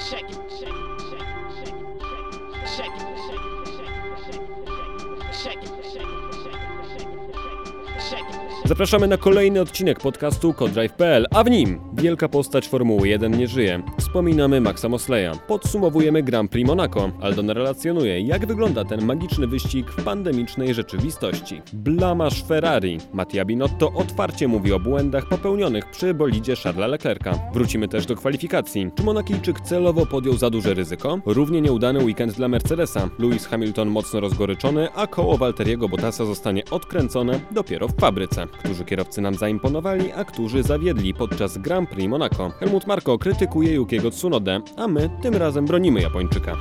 Zapraszamy na kolejny odcinek podcastu Codrive.pl, a w nim wielka postać Formuły 1 nie żyje. Wspominamy Maxa Mosleya, podsumowujemy Grand Prix Monaco. Aldon relacjonuje, jak wygląda ten magiczny wyścig w pandemicznej rzeczywistości. Blamaż Ferrari. Mattia Binotto otwarcie mówi o błędach popełnionych przy bolidzie Charlesa Leclerca. Wrócimy też do kwalifikacji. Czy Monakijczyk celowo podjął za duże ryzyko? Równie nieudany weekend dla Mercedesa. Lewis Hamilton mocno rozgoryczony, a koło Valtteriego Bottasa zostanie odkręcone dopiero w fabryce. Którzy kierowcy nam zaimponowali, a którzy zawiedli podczas Grand Prix Monaco. Helmut Marko krytykuje Yukiego Tsunodę, a my tym razem bronimy Japończyka.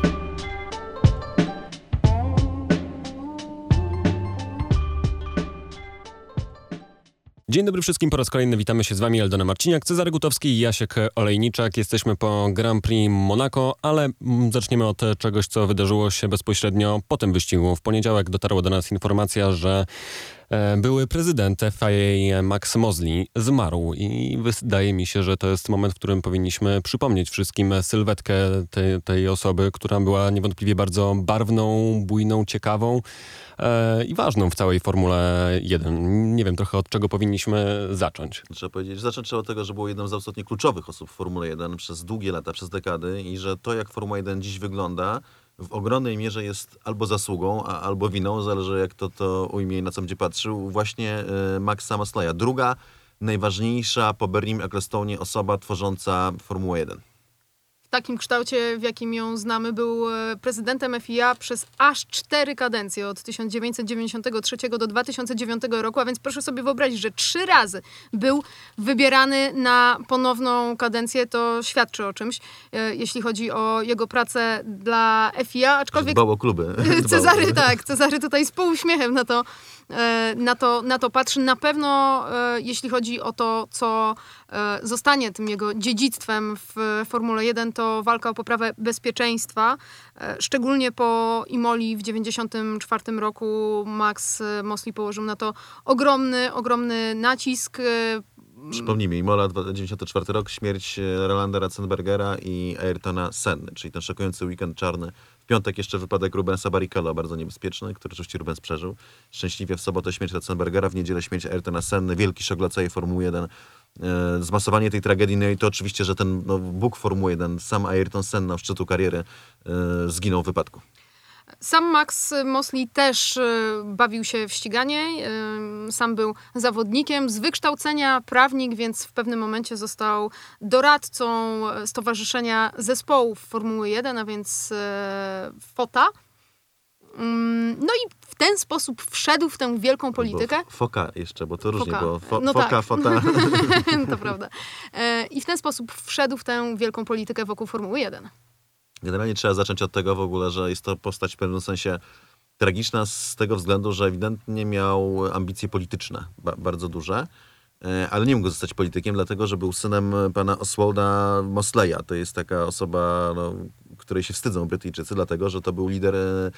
Dzień dobry wszystkim, po raz kolejny witamy się z Wami Aldona Marciniak, Cezary Gutowski i Jasiek Olejniczak. Jesteśmy po Grand Prix Monaco, ale zaczniemy od czegoś, co wydarzyło się bezpośrednio po tym wyścigu. W poniedziałek dotarła do nas informacja, że były prezydent FIA Max Mosley zmarł i wydaje mi się, że to jest moment, w którym powinniśmy przypomnieć wszystkim sylwetkę tej osoby, która była niewątpliwie bardzo barwną, bujną, ciekawą i ważną w całej Formule 1. Nie wiem trochę od czego powinniśmy zacząć. Zacząć trzeba od tego, że było jedną z absolutnie kluczowych osób w Formule 1 przez długie lata, przez dekady i że to, jak Formuła 1 dziś wygląda, w ogromnej mierze jest albo zasługą, albo winą, zależy jak to ujmie i na co będzie patrzył, właśnie Maxa Mosleya. Druga, najważniejsza po Bernie Ecclestonie osoba tworząca Formułę 1. W takim kształcie, w jakim ją znamy, był prezydentem FIA przez aż 4 kadencje, od 1993 do 2009 roku, a więc proszę sobie wyobrazić, że 3 razy był wybierany na ponowną kadencję. To świadczy o czymś, jeśli chodzi o jego pracę dla FIA, aczkolwiek dbał o kluby. Cezary tutaj z półuśmiechem na to patrzy. Na pewno jeśli chodzi o to, co zostanie tym jego dziedzictwem w Formule 1, to walka o poprawę bezpieczeństwa. Szczególnie po Imoli w 1994 roku Max Mosley położył na to ogromny nacisk. Przypomnijmy, Imola 1994 rok, śmierć Rolanda Ratzenbergera i Ayrtona Senny, czyli ten szokujący weekend czarny. W piątek jeszcze wypadek Rubensa Barrichello, bardzo niebezpieczny, który oczywiście Rubens przeżył. Szczęśliwie w sobotę śmierć Ratzenbergera, w niedzielę śmierć Ayrtona Senny, wielki szok dla całej Formuły 1. Zmasowanie tej tragedii, no i to oczywiście, że ten Bóg Formuły 1, sam Ayrton Senna w szczytu kariery zginął w wypadku. Sam Max Mosley też bawił się w ściganie. Sam był zawodnikiem z wykształcenia, prawnik, więc w pewnym momencie został doradcą Stowarzyszenia Zespołów Formuły 1, a więc FOTA. No i w ten sposób wszedł w tę wielką politykę. Foka jeszcze, bo to różnie było. Foka. Fota. To prawda. I w ten sposób wszedł w tę wielką politykę wokół Formuły 1. Generalnie trzeba zacząć od tego w ogóle, że jest to postać w pewnym sensie tragiczna z tego względu, że ewidentnie miał ambicje polityczne, bardzo duże, ale nie mógł zostać politykiem, dlatego że był synem pana Oswalda Mosleya. To jest taka osoba, której się wstydzą Brytyjczycy, dlatego że to był lider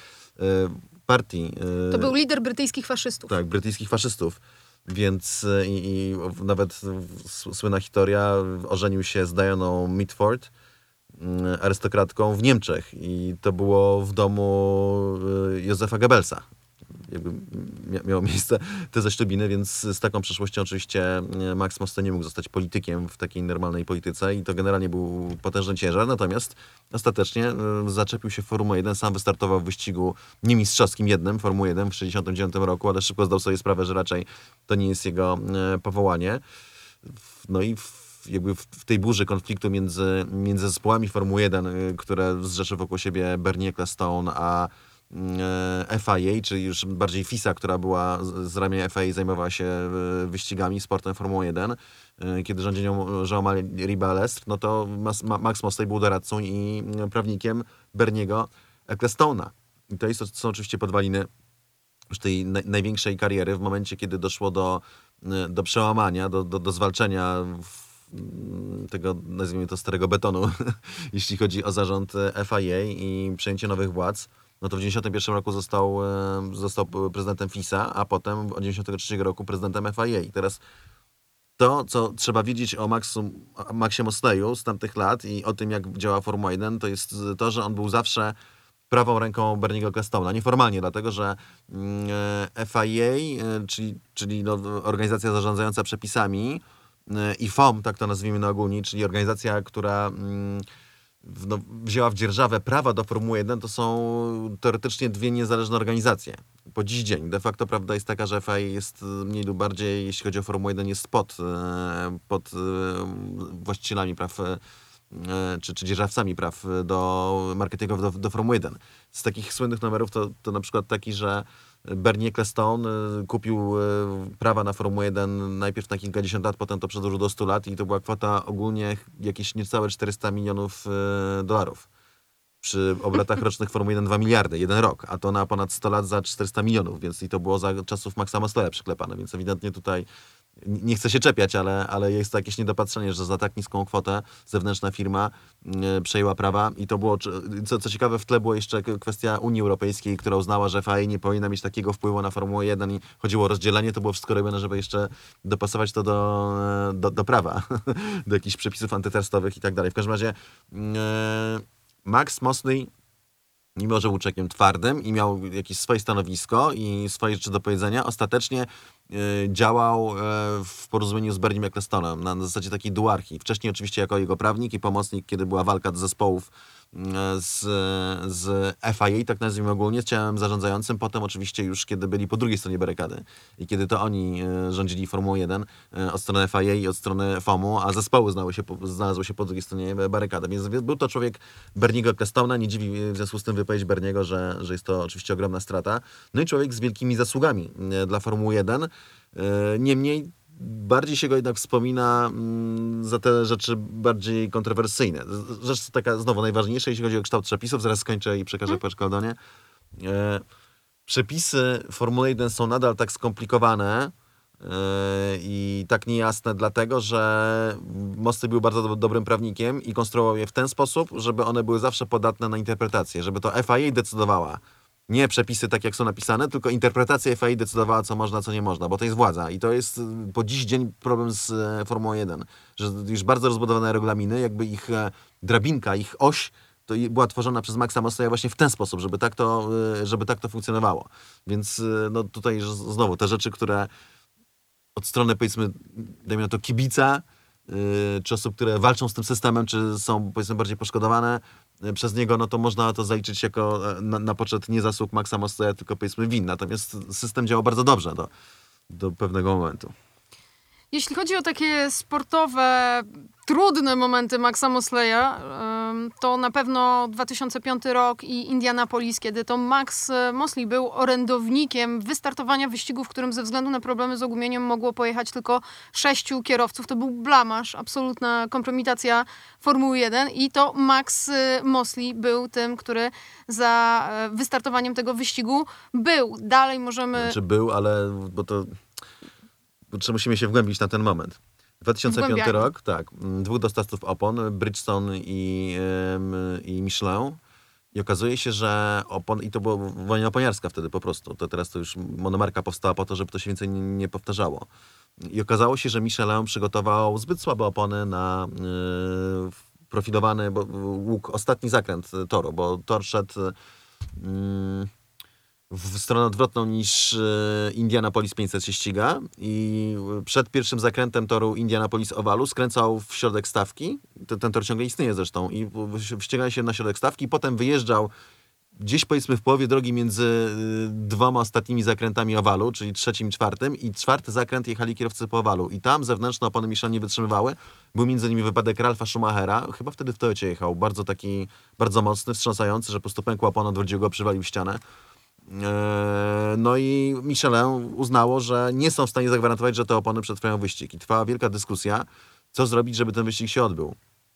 partii. To był lider brytyjskich faszystów. Tak, brytyjskich faszystów. Więc i nawet słynna historia, ożenił się z Dianą Mitford, arystokratką w Niemczech i to było w domu Józefa Goebbelsa. Jakby miało miejsce te zaślubiny, więc z taką przeszłością oczywiście Max Mosley nie mógł zostać politykiem w takiej normalnej polityce i to generalnie był potężny ciężar, natomiast ostatecznie zaczepił się w Formule 1, sam wystartował w wyścigu nie mistrzowskim jednym, Formuły 1 w 1969 roku, ale szybko zdał sobie sprawę, że raczej to nie jest jego powołanie. No i jakby w tej burzy konfliktu między zespołami Formuły 1, które zrzeszył wokół siebie Bernie Ecclestone, a FIA, czyli już bardziej FISA, która była z ramienia FIA, zajmowała się wyścigami, sportem Formuły 1, kiedy rządził nią Jean-Marie Balestre, no to Max Mosley był doradcą i prawnikiem Berniego Ecclestone'a. I to są oczywiście podwaliny już tej największej kariery w momencie, kiedy doszło do przełamania, do zwalczenia tego, nazwijmy to, starego betonu, jeśli chodzi o zarząd FIA i przejęcie nowych władz. No to w 1991 roku został prezydentem FISA, a potem od 1993 roku prezydentem FIA. I teraz To, co trzeba wiedzieć o Maxie Mosleyu z tamtych lat i o tym, jak działa Formuła 1, to jest to, że on był zawsze prawą ręką Berniego Ecclestona. Nieformalnie, dlatego że FIA, czyli organizacja zarządzająca przepisami, i FOM, tak to nazwijmy na ogólnie, czyli organizacja, która wzięła w dzierżawę prawa do Formuły 1, to są teoretycznie dwie niezależne organizacje. Po dziś dzień. De facto prawda jest taka, że FIA jest mniej lub bardziej, jeśli chodzi o Formułę 1, jest pod właścicielami praw czy dzierżawcami praw do marketingu do Formuły 1. Z takich słynnych numerów to na przykład taki, że Bernie Ecclestone kupił prawa na Formułę 1 najpierw na kilkadziesiąt lat, potem to przedłużył do 100 lat i to była kwota ogólnie jakieś niecałe 400 milionów dolarów. Przy obrotach rocznych Formuły 1 2 miliardy, jeden rok, a to na ponad 100 lat za 400 milionów, więc i to było za czasów Maxa Mosleya przyklepane, więc ewidentnie tutaj nie chcę się czepiać, ale jest to jakieś niedopatrzenie, że za tak niską kwotę zewnętrzna firma przejęła prawa i to było, co ciekawe, w tle była jeszcze kwestia Unii Europejskiej, która uznała, że FIA nie powinna mieć takiego wpływu na Formułę 1 i chodziło o rozdzielenie, to było wszystko robione, żeby jeszcze dopasować to do prawa, do jakichś przepisów antytrustowych i tak dalej. W każdym razie Max Mosley, mimo że był człowiekiem twardym i miał jakieś swoje stanowisko i swoje rzeczy do powiedzenia, ostatecznie działał w porozumieniu z Bernim Ecclestonem na zasadzie takiej duarchii. Wcześniej oczywiście jako jego prawnik i pomocnik, kiedy była walka zespołów z FIA, tak nazwijmy ogólnie, z ciałem zarządzającym. Potem oczywiście już, kiedy byli po drugiej stronie barykady i kiedy to oni rządzili Formułą 1 od strony FIA i od strony FOM-u, a zespoły znalazły się po drugiej stronie barykady. Więc był to człowiek Berniego Ecclestona. Nie dziwi w związku z tym wypowiedź Berniego, że jest to oczywiście ogromna strata. No i człowiek z wielkimi zasługami dla Formuły 1. Niemniej bardziej się go jednak wspomina za te rzeczy bardziej kontrowersyjne. Rzecz taka znowu najważniejsza, jeśli chodzi o kształt przepisów. Zaraz skończę i przekażę pałeczkę Aldonie. Przepisy Formuły 1 są nadal tak skomplikowane i tak niejasne, dlatego że Mosley był bardzo dobrym prawnikiem i konstruował je w ten sposób, żeby one były zawsze podatne na interpretację, żeby to FIA decydowała. Nie przepisy tak, jak są napisane, tylko interpretacja FIA decydowała, co można, co nie można, bo to jest władza. I to jest po dziś dzień problem z Formułą 1, że już bardzo rozbudowane regulaminy, jakby ich drabinka, ich oś, to była tworzona przez Maxa Mosleya właśnie w ten sposób, żeby tak to funkcjonowało. Więc no tutaj znowu te rzeczy, które od strony, powiedzmy, dajmy na to kibica, czy osób, które walczą z tym systemem, czy są, powiedzmy, bardziej poszkodowane przez niego, no to można to zaliczyć jako na poczet nie zasług Maxa Mosleya, tylko, powiedzmy, win. Natomiast system działa bardzo dobrze do pewnego momentu. Jeśli chodzi o takie sportowe, trudne momenty Maxa Mosleya, to na pewno 2005 rok i Indianapolis, kiedy to Max Mosley był orędownikiem wystartowania wyścigu, w którym ze względu na problemy z ogumieniem mogło pojechać tylko 6 kierowców. To był blamaż, absolutna kompromitacja Formuły 1 i to Max Mosley był tym, który za wystartowaniem tego wyścigu był. Dalej możemy... Znaczy był, ale musimy się wgłębić na ten moment. 2005 rok, tak. 2 dostawców opon, Bridgestone i Michelin. I okazuje się, że i to była wojna oponiarska wtedy po prostu. Teraz to już monomarka powstała po to, żeby to się więcej nie powtarzało. I okazało się, że Michelin przygotował zbyt słabe opony na profilowany łuk, ostatni zakręt toru, bo tor szedł w stronę odwrotną niż Indianapolis 500 się ściga i przed pierwszym zakrętem toru Indianapolis Owalu skręcał w środek stawki, ten tor ciągle istnieje zresztą, i ścigał się na środek stawki, potem wyjeżdżał gdzieś, powiedzmy, w połowie drogi między 2 ostatnimi zakrętami Owalu, czyli 3. i 4. i 4. zakręt jechali kierowcy po Owalu i tam zewnętrzne opony Michelin nie wytrzymywały. Był między nimi wypadek Ralfa Schumachera, chyba wtedy w Toyocie jechał, bardzo mocny, wstrząsający, że po prostu pękła opona, odwrócił go, przywalił w ścianę. No i Michelin uznało, że nie są w stanie zagwarantować, że te opony przetrwają wyścig. I trwała wielka dyskusja, co zrobić, żeby ten wyścig się odbył.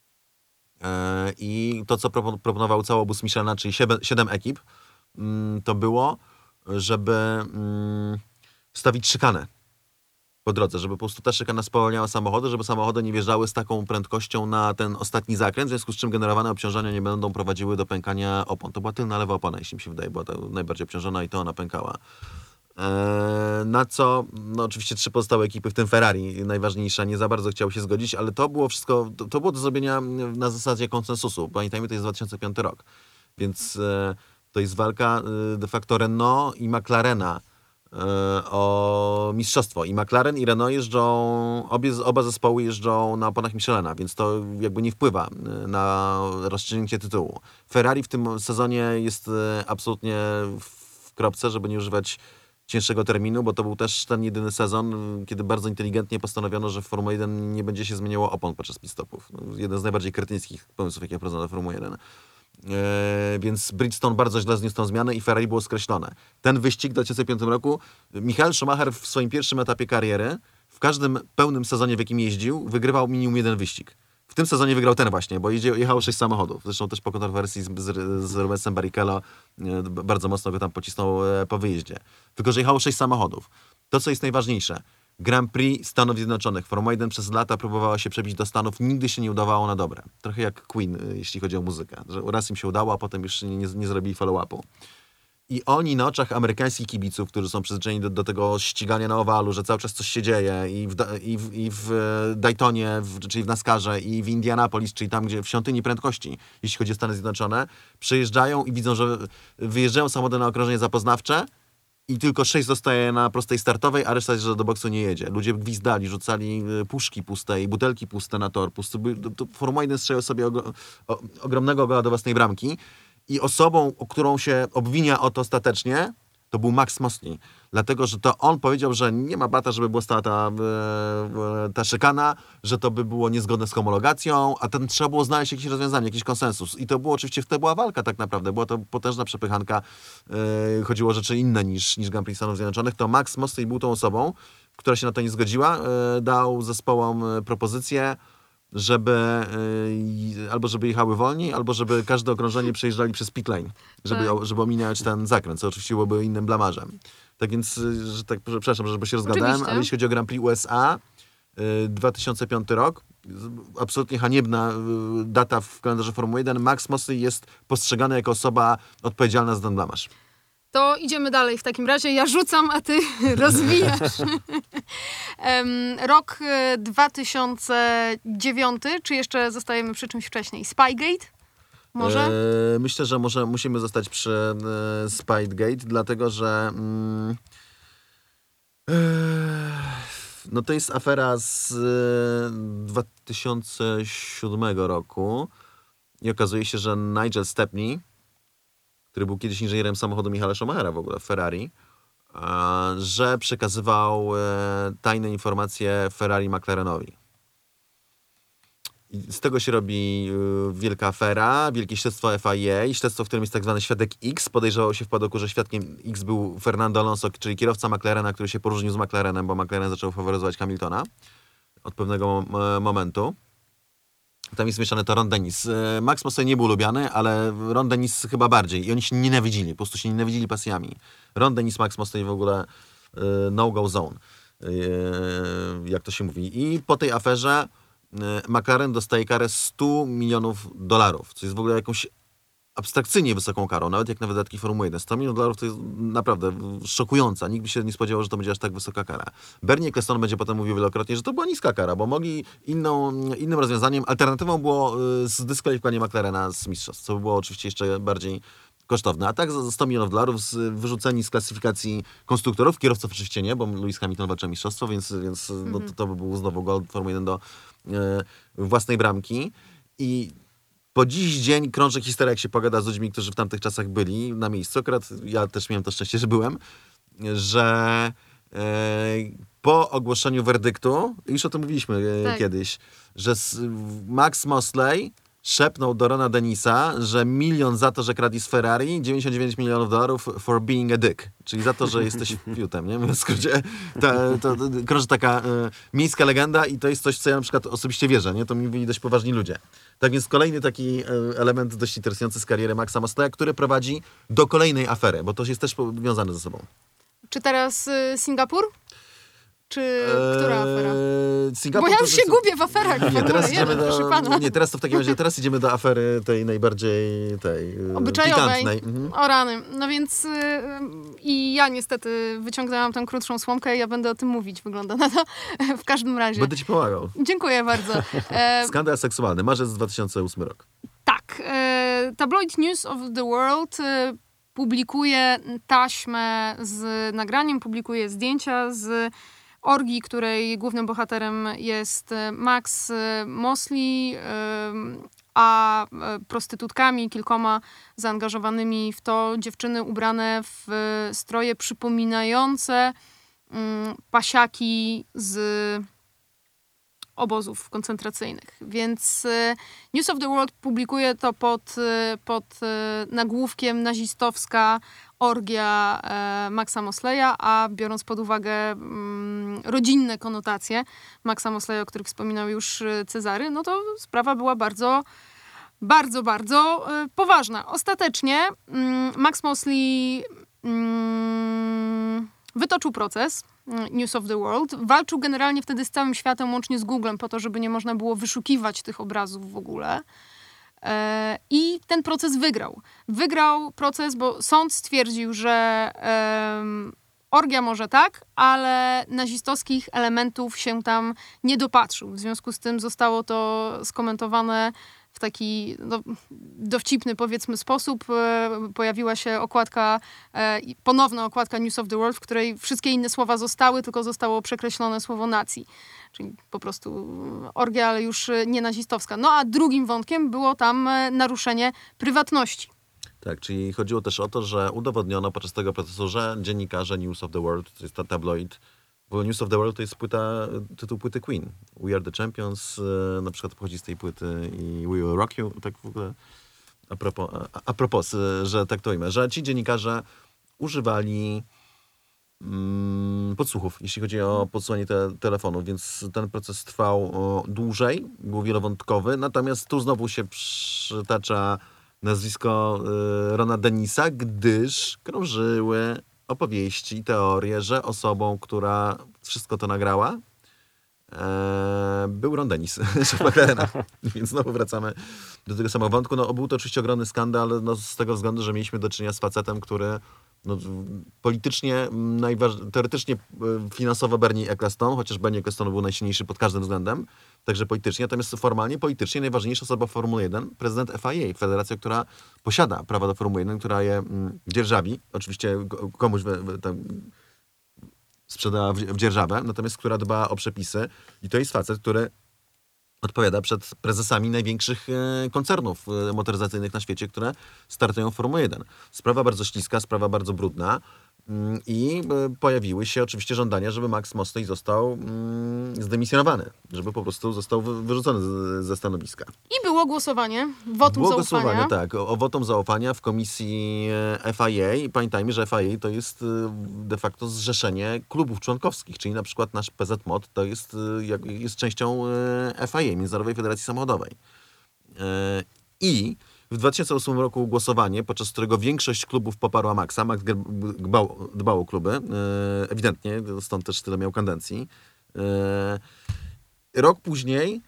I to, co proponował cały obóz Michelina, czyli 7 ekip, to było, żeby wstawić szykanę po drodze, żeby po prostu ta szykana spowalniała samochody, żeby samochody nie wjeżdżały z taką prędkością na ten ostatni zakręt, w związku z czym generowane obciążenia nie będą prowadziły do pękania opon. To była tylna lewa opona, jeśli mi się wydaje, była ta najbardziej obciążona i to ona pękała. Na co, no oczywiście 3 pozostałe ekipy, w tym Ferrari, najważniejsza, nie za bardzo chciały się zgodzić, ale to było wszystko, to było do zrobienia na zasadzie konsensusu. Pamiętajmy, to jest 2005 rok, więc to jest walka de facto Renault i McLarena o mistrzostwo. I McLaren i Renault jeżdżą, oba zespoły jeżdżą na oponach Michelina, więc to jakby nie wpływa na rozstrzygnięcie tytułu. Ferrari w tym sezonie jest absolutnie w kropce, żeby nie używać cięższego terminu, bo to był też ten jedyny sezon, kiedy bardzo inteligentnie postanowiono, że w Formule 1 nie będzie się zmieniało opon podczas pit stopów. Jeden z najbardziej kretyńskich pomysłów, jakie wprowadzono w Formule 1. Więc Bridgestone bardzo źle zniósł tą zmianę i Ferrari było skreślone. Ten wyścig w 2005 roku, Michael Schumacher w swoim pierwszym etapie kariery, w każdym pełnym sezonie, w jakim jeździł, wygrywał minimum 1 wyścig. W tym sezonie wygrał ten właśnie, bo jechało 6 samochodów. Zresztą też po kontrowersji z Rubensem Barrichello bardzo mocno go tam pocisnął po wyjeździe. Tylko że jechało 6 samochodów. To, co jest najważniejsze, Grand Prix Stanów Zjednoczonych. Formuła 1 przez lata próbowała się przebić do Stanów, nigdy się nie udawało na dobre. Trochę jak Queen, jeśli chodzi o muzykę. Że raz im się udało, a potem już nie zrobili follow-upu. I oni na oczach amerykańskich kibiców, którzy są przyzwyczajeni do tego ścigania na owalu, że cały czas coś się dzieje i w Daytonie, czyli w NASCARze, i w Indianapolis, czyli tam, gdzie w świątyni prędkości, jeśli chodzi o Stany Zjednoczone, przyjeżdżają i widzą, że wyjeżdżają samochody na okrążenie zapoznawcze i tylko 6 zostaje na prostej startowej, a reszta, że do boksu nie jedzie. Ludzie gwizdali, rzucali puszki puste i butelki puste na tor. Formuła 1 strzelił sobie ogromnego gola do własnej bramki. I osobą, którą się obwinia o to ostatecznie, to był Max Mosley. Dlatego, że to on powiedział, że nie ma bata, żeby była stała ta szykana, że to by było niezgodne z homologacją, a tam trzeba było znaleźć jakieś rozwiązanie, jakiś konsensus. I to było oczywiście, to była walka tak naprawdę. Była to potężna przepychanka. Chodziło o rzeczy inne niż Grand Prix Stanów Zjednoczonych. To Max Mosley był tą osobą, która się na to nie zgodziła. Dał zespołom propozycję, żeby jechały wolniej, albo żeby każde okrążenie przejeżdżali przez pit lane, żeby omijać ten zakręt, co oczywiście byłoby innym blamarzem. Tak więc, przepraszam, żeby się rozgadałem, Oczywiście. ale jeśli chodzi o Grand Prix USA, 2005 rok, absolutnie haniebna data w kalendarzu Formuły 1, Max Mosley jest postrzegany jako osoba odpowiedzialna za ten blamarz. To idziemy dalej w takim razie. Ja rzucam, a ty rozwijasz. Rok 2009, czy jeszcze zostajemy przy czymś wcześniej? Spygate? Może? Myślę, że musimy zostać przy Spygate, dlatego że no to jest afera z 2007 roku i okazuje się, że Nigel Stepney, który był kiedyś inżynierem samochodu Michaela Schumachera w ogóle w Ferrari, że przekazywał tajne informacje Ferrari McLarenowi. I z tego się robi wielka afera, wielkie śledztwo FIA, śledztwo, w którym jest tak zwany świadek X. Podejrzewało się w Padoku, że świadkiem X był Fernando Alonso, czyli kierowca McLarena, który się poróżnił z McLarenem, bo McLaren zaczął faworyzować Hamiltona od pewnego momentu. Tam jest mieszane to Ron Dennis. Max Mosley nie był lubiany, ale Ron Dennis chyba bardziej. I oni się nienawidzili, po prostu się nienawidzili pasjami. Ron Dennis, Max Mosley w ogóle no-go zone, jak to się mówi. I po tej aferze McLaren dostaje karę $100 milionów, co jest w ogóle jakąś abstrakcyjnie wysoką karą, nawet jak na wydatki Formuły 1. $100 milionów to jest naprawdę szokująca. Nikt by się nie spodziewał, że to będzie aż tak wysoka kara. Bernie Ecclestone będzie potem mówił wielokrotnie, że to była niska kara, bo mogli innym rozwiązaniem, alternatywą było zdyskwalifikowanie McLarena z mistrzostw, co by było oczywiście jeszcze bardziej kosztowne. A tak za $100 milionów wyrzuceni z klasyfikacji konstruktorów, kierowców oczywiście nie, bo Lewis Hamilton walczy o mistrzostwo, więc no, to by był znowu gol Formuły 1 do własnej bramki. I po dziś dzień krąży historia, jak się pogada z ludźmi, którzy w tamtych czasach byli na miejscu. Akurat ja też miałem to szczęście, że byłem, że po ogłoszeniu werdyktu, już o tym mówiliśmy kiedyś, że Max Mosley szepnął do Rona Dennisa, że $1 milion za to, że kradli z Ferrari, $99 milionów for being a dick. Czyli za to, że jesteś fiutem, nie? W skrócie to krąży taka miejska legenda i to jest coś, co ja na przykład osobiście wierzę, nie? To mi mówili dość poważni ludzie. Tak więc kolejny taki element dość interesujący z kariery Maxa Mosleya, który prowadzi do kolejnej afery, bo to jest też powiązane ze sobą. Czy teraz Singapur? czy która afera? Singapur Bo ja to już się gubię w aferach. Nie, teraz idziemy proszę pana. teraz to w takim razie, teraz idziemy do afery tej najbardziej Obyczajowej. pikantnej. O rany. No więc i ja niestety wyciągnęłam tę krótszą słomkę i ja będę o tym mówić, wygląda na to. W każdym razie. Będę ci pomagał. Dziękuję bardzo. Skandal seksualny, marzec 2008 rok. Tak. Tabloid News of the World publikuje taśmę z nagraniem, publikuje zdjęcia z orgii, której głównym bohaterem jest Max Mosley, a prostytutkami, kilkoma zaangażowanymi w to dziewczyny ubrane w stroje przypominające pasiaki z obozów koncentracyjnych. Więc News of the World publikuje to pod nagłówkiem nazistowska orgia Maxa Mosleya, a biorąc pod uwagę rodzinne konotacje Maxa Mosleya, o których wspominał już Cezary, no to sprawa była bardzo poważna. Ostatecznie Max Mosley wytoczył proces News of the World. Walczył generalnie wtedy z całym światem, łącznie z Googlem, po to, żeby nie można było wyszukiwać tych obrazów w ogóle. I ten proces wygrał. Wygrał proces, bo sąd stwierdził, że orgia może tak, ale nazistowskich elementów się tam nie dopatrzył. W związku z tym zostało to skomentowane w taki dowcipny, powiedzmy, sposób. Pojawiła się okładka, ponowna okładka News of the World, w której wszystkie inne słowa zostały, tylko zostało przekreślone słowo nazi. Czyli po prostu orgia, ale już nie nazistowska. No a drugim wątkiem było tam naruszenie prywatności. Tak, czyli chodziło też o to, że udowodniono podczas tego procesu, że dziennikarze News of the World, to jest tabloid, bo News of the World to jest tytuł płyty Queen. We Are the Champions na przykład pochodzi z tej płyty i We Will Rock You, tak w ogóle a propos, że tak to ujmę, że ci dziennikarze używali podsłuchów, jeśli chodzi o podsłuchanie telefonów, więc ten proces trwał dłużej, był wielowątkowy, natomiast tu znowu się przytacza nazwisko Rona Denisa, gdyż krążyły opowieści i teorie, że osobą, która wszystko to nagrała, był Ron Dennis, szef McLarena. Więc znowu wracamy do tego samego wątku. No, był to oczywiście ogromny skandal, z tego względu, że mieliśmy do czynienia z facetem, który politycznie, teoretycznie finansowo Bernie Ecclestone, chociaż Bernie Ecclestone był najsilniejszy pod każdym względem, także politycznie, natomiast formalnie, politycznie najważniejsza osoba w Formule 1, prezydent FIA, federacja, która posiada prawa do Formuły 1, która je dzierżawi, oczywiście komuś tam sprzedała w dzierżawę, natomiast która dba o przepisy i to jest facet, który odpowiada przed prezesami największych koncernów motoryzacyjnych na świecie, które startują w Formule 1. Sprawa bardzo śliska, sprawa bardzo brudna i pojawiły się oczywiście żądania, żeby Max Mosley został zdemisjonowany, żeby po prostu został wyrzucony ze stanowiska. I było głosowanie, wotum zaufania. Głosowanie, tak, o wotum zaufania w komisji FIA. I pamiętajmy, że FIA to jest de facto zrzeszenie klubów członkowskich, czyli na przykład nasz PZ Mod to jest częścią FIA, Międzynarodowej Federacji Samochodowej. I w 2008 roku głosowanie, podczas którego większość klubów poparła Maxa. Max dbał o kluby, ewidentnie, stąd też tyle miał kadencji. Rok później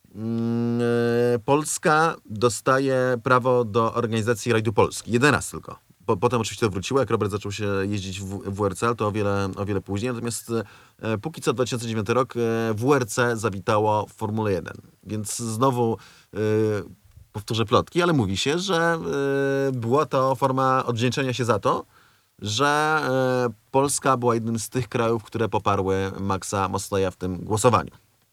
Polska dostaje prawo do organizacji rajdu Polski. Jeden raz tylko. Potem oczywiście to wróciło, jak Robert zaczął się jeździć w WRC, to o wiele później. Natomiast póki co 2009 rok WRC zawitało w Formule 1. Więc znowu powtórzę plotki, ale mówi się, że była to forma odwdzięczenia się za to, że Polska była jednym z tych krajów, które poparły Maxa Mosleya w tym głosowaniu.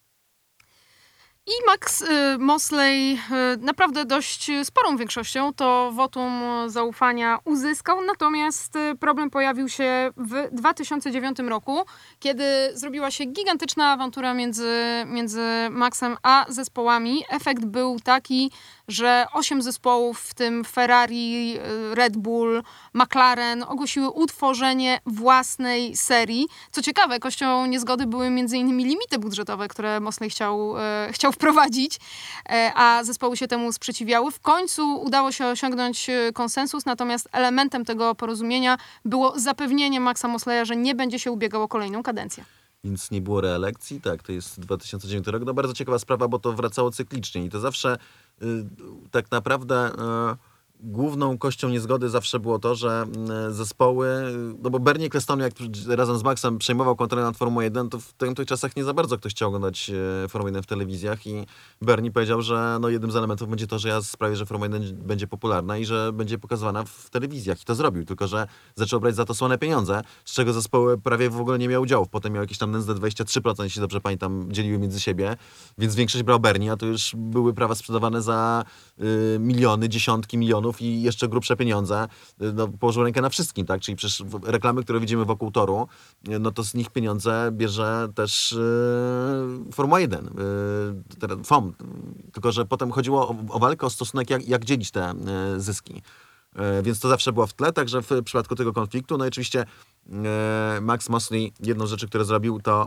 I Max Mosley naprawdę dość sporą większością to wotum zaufania uzyskał, natomiast problem pojawił się w 2009 roku, kiedy zrobiła się gigantyczna awantura między Maxem a zespołami. Efekt był taki, że 8 zespołów, w tym Ferrari, Red Bull, McLaren, ogłosiły utworzenie własnej serii. Co ciekawe, kością niezgody były m.in. limity budżetowe, które Mosley chciał wprowadzić, a zespoły się temu sprzeciwiały. W końcu udało się osiągnąć konsensus, natomiast elementem tego porozumienia było zapewnienie Maxa Mosleya, że nie będzie się ubiegał o kolejną kadencję. więc nie było reelekcji. Tak, to jest 2009 rok. No bardzo ciekawa sprawa, bo to wracało cyklicznie i to zawsze tak naprawdę główną kością niezgody zawsze było to, że zespoły, no bo Bernie Ecclestone jak razem z Maxem przejmował kontrolę nad Formułą 1, to w tych czasach nie za bardzo ktoś chciał oglądać Formułę 1 w telewizjach i Bernie powiedział, że no jednym z elementów będzie to, że ja sprawię, że Formuła 1 będzie popularna i że będzie pokazywana w telewizjach i to zrobił, tylko że zaczął brać za to słone pieniądze, z czego zespoły prawie w ogóle nie miały udziału. Potem miał jakieś tam nędzne 23%, jeśli dobrze pamiętam, dzieliły między siebie, więc większość brał Bernie, a to już były prawa sprzedawane za miliony, dziesiątki milionów i jeszcze grubsze pieniądze. No, położył rękę na wszystkim, tak? Czyli przecież reklamy, które widzimy wokół toru, no to z nich pieniądze bierze też Formuła 1. FOM. Tylko, że potem chodziło o walkę, o stosunek, jak dzielić te zyski. Więc to zawsze było w tle, także w przypadku tego konfliktu. No i oczywiście Max Mosley, jedną z rzeczy, które zrobił, to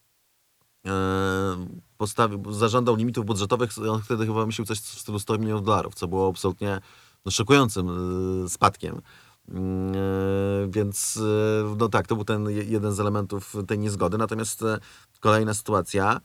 zażądał limitów budżetowych. On wtedy chyba myślał coś w stylu $100 milionów, co było absolutnie szokującym spadkiem. Więc no tak, to był ten jeden z elementów tej niezgody. Natomiast kolejna sytuacja.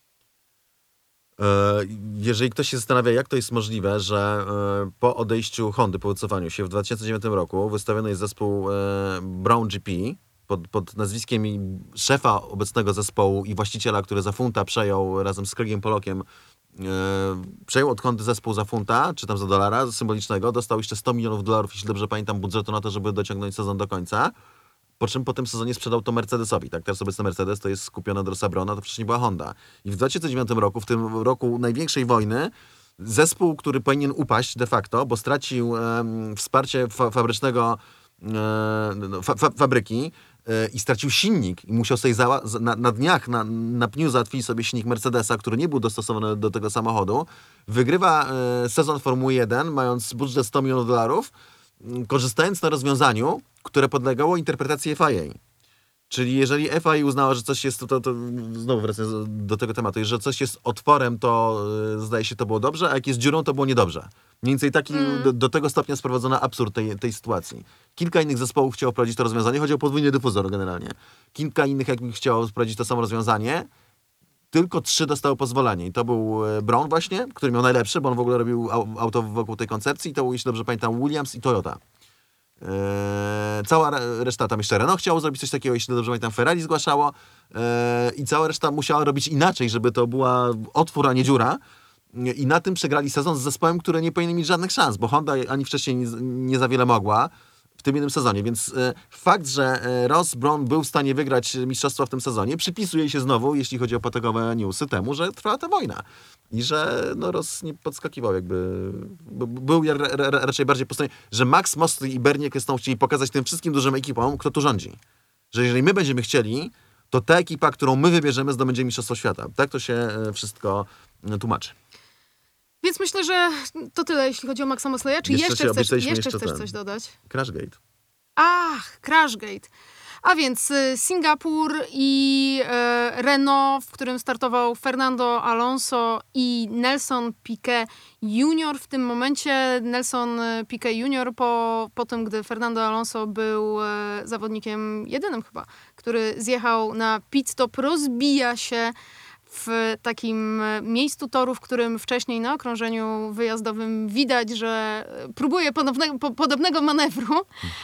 Jeżeli ktoś się zastanawia, jak to jest możliwe, że po odejściu Hondy, po wycofaniu się w 2009 roku wystawiony jest zespół Brown GP pod nazwiskiem szefa obecnego zespołu i właściciela, który za funta przejął razem z Craigiem Pollockiem, przejął od Hondy zespół za funta, czy tam za $1 symbolicznego, dostał jeszcze $100 milionów, jeśli dobrze pamiętam, budżetu na to, żeby dociągnąć sezon do końca, po czym po tym sezonie sprzedał to Mercedesowi. Tak, teraz obecny Mercedes to jest skupione od Rossa Browna, to wcześniej była Honda. I w 2009 roku, w tym roku największej wojny, zespół, który powinien upaść de facto, bo stracił wsparcie fabrycznego fabryki, i stracił silnik i musiał sobie na dniach, na pniu załatwić sobie silnik Mercedesa, który nie był dostosowany do tego samochodu. Wygrywa sezon Formuły 1, mając budżet $100 milionów, korzystając na rozwiązaniu, które podlegało interpretacji FIA. Czyli jeżeli FIA uznała, że coś jest, to znowu wracam do tego tematu, że coś jest otworem, to zdaje się, to było dobrze, a jak jest dziurą, to było niedobrze. Mniej więcej taki do tego stopnia sprowadzono absurd tej sytuacji. Kilka innych zespołów chciało wprowadzić to rozwiązanie, chodzi o podwójny dyfuzor generalnie. Kilka innych jakby chciało wprowadzić to samo rozwiązanie, tylko 3 dostały pozwolenie. I to był Brown właśnie, który miał najlepszy, bo on w ogóle robił auto wokół tej koncepcji, i to był, jeśli dobrze pamiętam, Williams i Toyota. Cała reszta, tam jeszcze Renault chciało zrobić coś takiego, jeśli dobrze pamiętam, Ferrari zgłaszało i cała reszta musiała robić inaczej, żeby to była otwór, a nie dziura. I na tym przegrali sezon z zespołem, który nie powinien mieć żadnych szans, bo Honda ani wcześniej nie za wiele mogła w tym jednym sezonie, więc fakt, że Ross Brown był w stanie wygrać mistrzostwo w tym sezonie, przypisuje się znowu, jeśli chodzi o potokowe newsy, temu, że trwała ta wojna. I że no, Ross nie podskakiwał jakby, był raczej bardziej po stronie, że Max Mosley i Bernie Ecclestone chcieli pokazać tym wszystkim dużym ekipom, kto tu rządzi. Że jeżeli my będziemy chcieli, to ta ekipa, którą my wybierzemy, zdobędzie mistrzostwo świata. Tak to się wszystko tłumaczy. Więc myślę, że to tyle, jeśli chodzi o Maxa Mosleya. Czy jeszcze chcesz coś dodać? Crashgate. Ach, Crashgate. A więc Singapur i Renault, w którym startował Fernando Alonso i Nelson Piquet Jr. W tym momencie Nelson Piquet Jr. po tym, gdy Fernando Alonso był zawodnikiem jedynym chyba, który zjechał na pit stop, rozbija się w takim miejscu toru, w którym wcześniej na okrążeniu wyjazdowym widać, że próbuje podobnego manewru.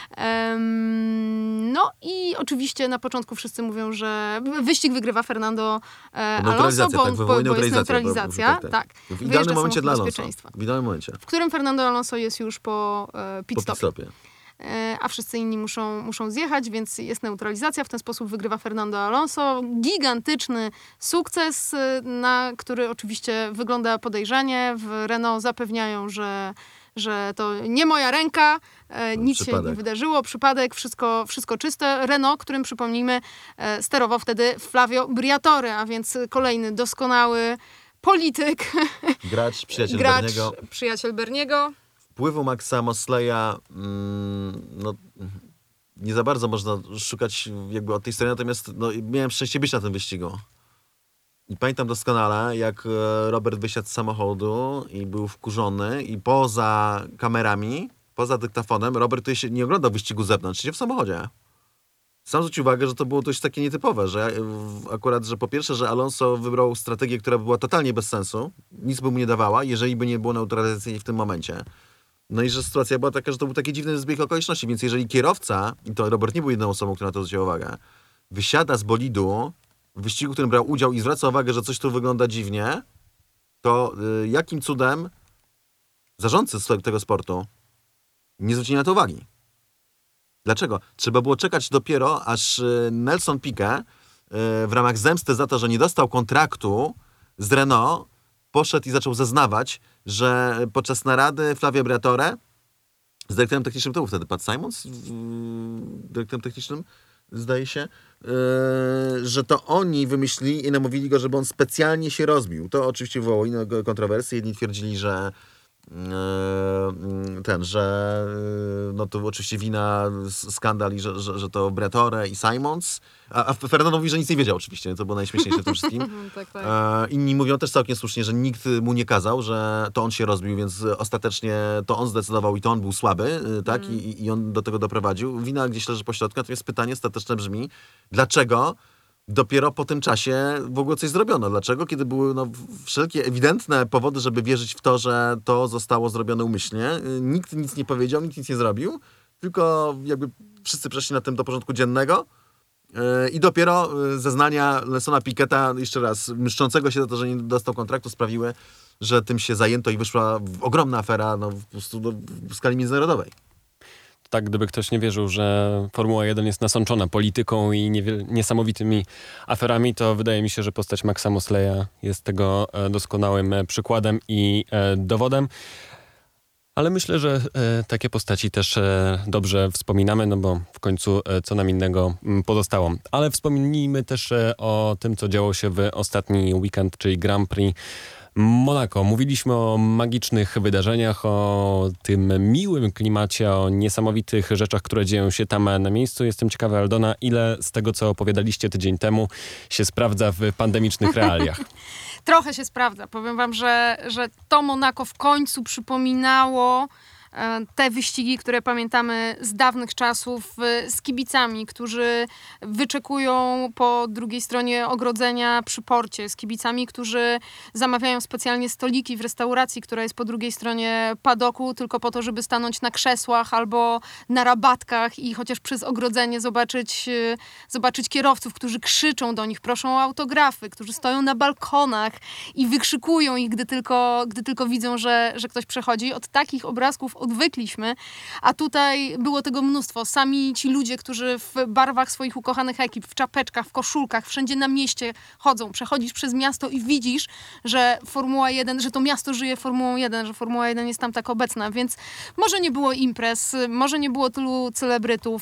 No i oczywiście na początku wszyscy mówią, że wyścig wygrywa Fernando Alonso, bo jest neutralizacja. Tak. W idealnym momencie dla Alonso. W idealnym momencie. W którym Fernando Alonso jest już po pit stopie. A wszyscy inni muszą zjechać, więc jest neutralizacja. W ten sposób wygrywa Fernando Alonso. Gigantyczny sukces, na który oczywiście wygląda podejrzanie. W Renault zapewniają, że to nie moja ręka, nic się nie wydarzyło, przypadek, wszystko czyste. Renault, którym przypomnijmy sterował wtedy Flavio Briatore, a więc kolejny doskonały polityk. Gracz, przyjaciel Berniego. Wpływu Maxa Mosleya no, nie za bardzo można szukać jakby od tej strony, natomiast no, miałem szczęście być na tym wyścigu. I pamiętam doskonale, jak Robert wysiadł z samochodu i był wkurzony i poza kamerami, poza dyktafonem, Robert tutaj się nie oglądał wyścigu z zewnątrz, siedział w samochodzie. Sam zwróć uwagę, że to było dość takie nietypowe, że akurat, że po pierwsze, że Alonso wybrał strategię, która była totalnie bez sensu, nic by mu nie dawała, jeżeli by nie było neutralizacji w tym momencie. No i że sytuacja była taka, że to był taki dziwny zbieg okoliczności, więc jeżeli kierowca, i to Robert nie był jedyną osobą, która na to zwróciła uwagę, wysiada z bolidu w wyścigu, w którym brał udział i zwraca uwagę, że coś tu wygląda dziwnie, to jakim cudem zarządcy tego sportu nie zwrócili na to uwagi? Dlaczego? Trzeba było czekać dopiero, aż Nelson Piquet w ramach zemsty za to, że nie dostał kontraktu z Renault, poszedł i zaczął zeznawać, że podczas narady Flavia Briatore z dyrektorem technicznym, to był wtedy Pat Simons, dyrektorem technicznym, zdaje się, że to oni wymyślili i namówili go, żeby on specjalnie się rozbił. To oczywiście wywołało inne kontrowersje. Jedni twierdzili, że no to oczywiście wina, skandal i że to Briatore i Simons, a Fernando mówi, że nic nie wiedział oczywiście, to było najśmieszniejsze w tym wszystkim. Tak. Inni mówią też całkiem słusznie, że nikt mu nie kazał, że to on się rozbił, więc ostatecznie to on zdecydował i to on był słaby, tak? I on do tego doprowadził. Wina gdzieś leży pośrodku, natomiast pytanie ostateczne brzmi, dlaczego dopiero po tym czasie w ogóle coś zrobiono. Dlaczego? Kiedy były wszelkie ewidentne powody, żeby wierzyć w to, że to zostało zrobione umyślnie. Nikt nic nie powiedział, nikt nic nie zrobił, tylko jakby wszyscy przeszli na tym do porządku dziennego i dopiero zeznania Nelsona Piqueta, jeszcze raz, mszczącego się za to, że nie dostał kontraktu, sprawiły, że tym się zajęto i wyszła ogromna afera po prostu w skali międzynarodowej. Tak, gdyby ktoś nie wierzył, że Formuła 1 jest nasączona polityką i niesamowitymi aferami, to wydaje mi się, że postać Maxa Mosleya jest tego doskonałym przykładem i dowodem. Ale myślę, że takie postaci też dobrze wspominamy, no bo w końcu co nam innego pozostało. Ale wspomnijmy też o tym, co działo się w ostatni weekend, czyli Grand Prix Monaco. Mówiliśmy o magicznych wydarzeniach, o tym miłym klimacie, o niesamowitych rzeczach, które dzieją się tam na miejscu. Jestem ciekawy, Aldona, ile z tego, co opowiadaliście tydzień temu, się sprawdza w pandemicznych realiach? Trochę się sprawdza. Powiem wam, że to Monaco w końcu przypominało te wyścigi, które pamiętamy z dawnych czasów, z kibicami, którzy wyczekują po drugiej stronie ogrodzenia przy porcie, z kibicami, którzy zamawiają specjalnie stoliki w restauracji, która jest po drugiej stronie padoku, tylko po to, żeby stanąć na krzesłach albo na rabatkach i chociaż przez ogrodzenie zobaczyć kierowców, którzy krzyczą do nich, proszą o autografy, którzy stoją na balkonach i wykrzykują ich, gdy tylko widzą, że ktoś przechodzi. Od takich obrazków odwykliśmy, a tutaj było tego mnóstwo. Sami ci ludzie, którzy w barwach swoich ukochanych ekip, w czapeczkach, w koszulkach, wszędzie na mieście chodzą. Przechodzisz przez miasto i widzisz, że Formuła 1, że to miasto żyje Formułą 1, że Formuła 1 jest tam tak obecna, więc może nie było imprez, może nie było tylu celebrytów,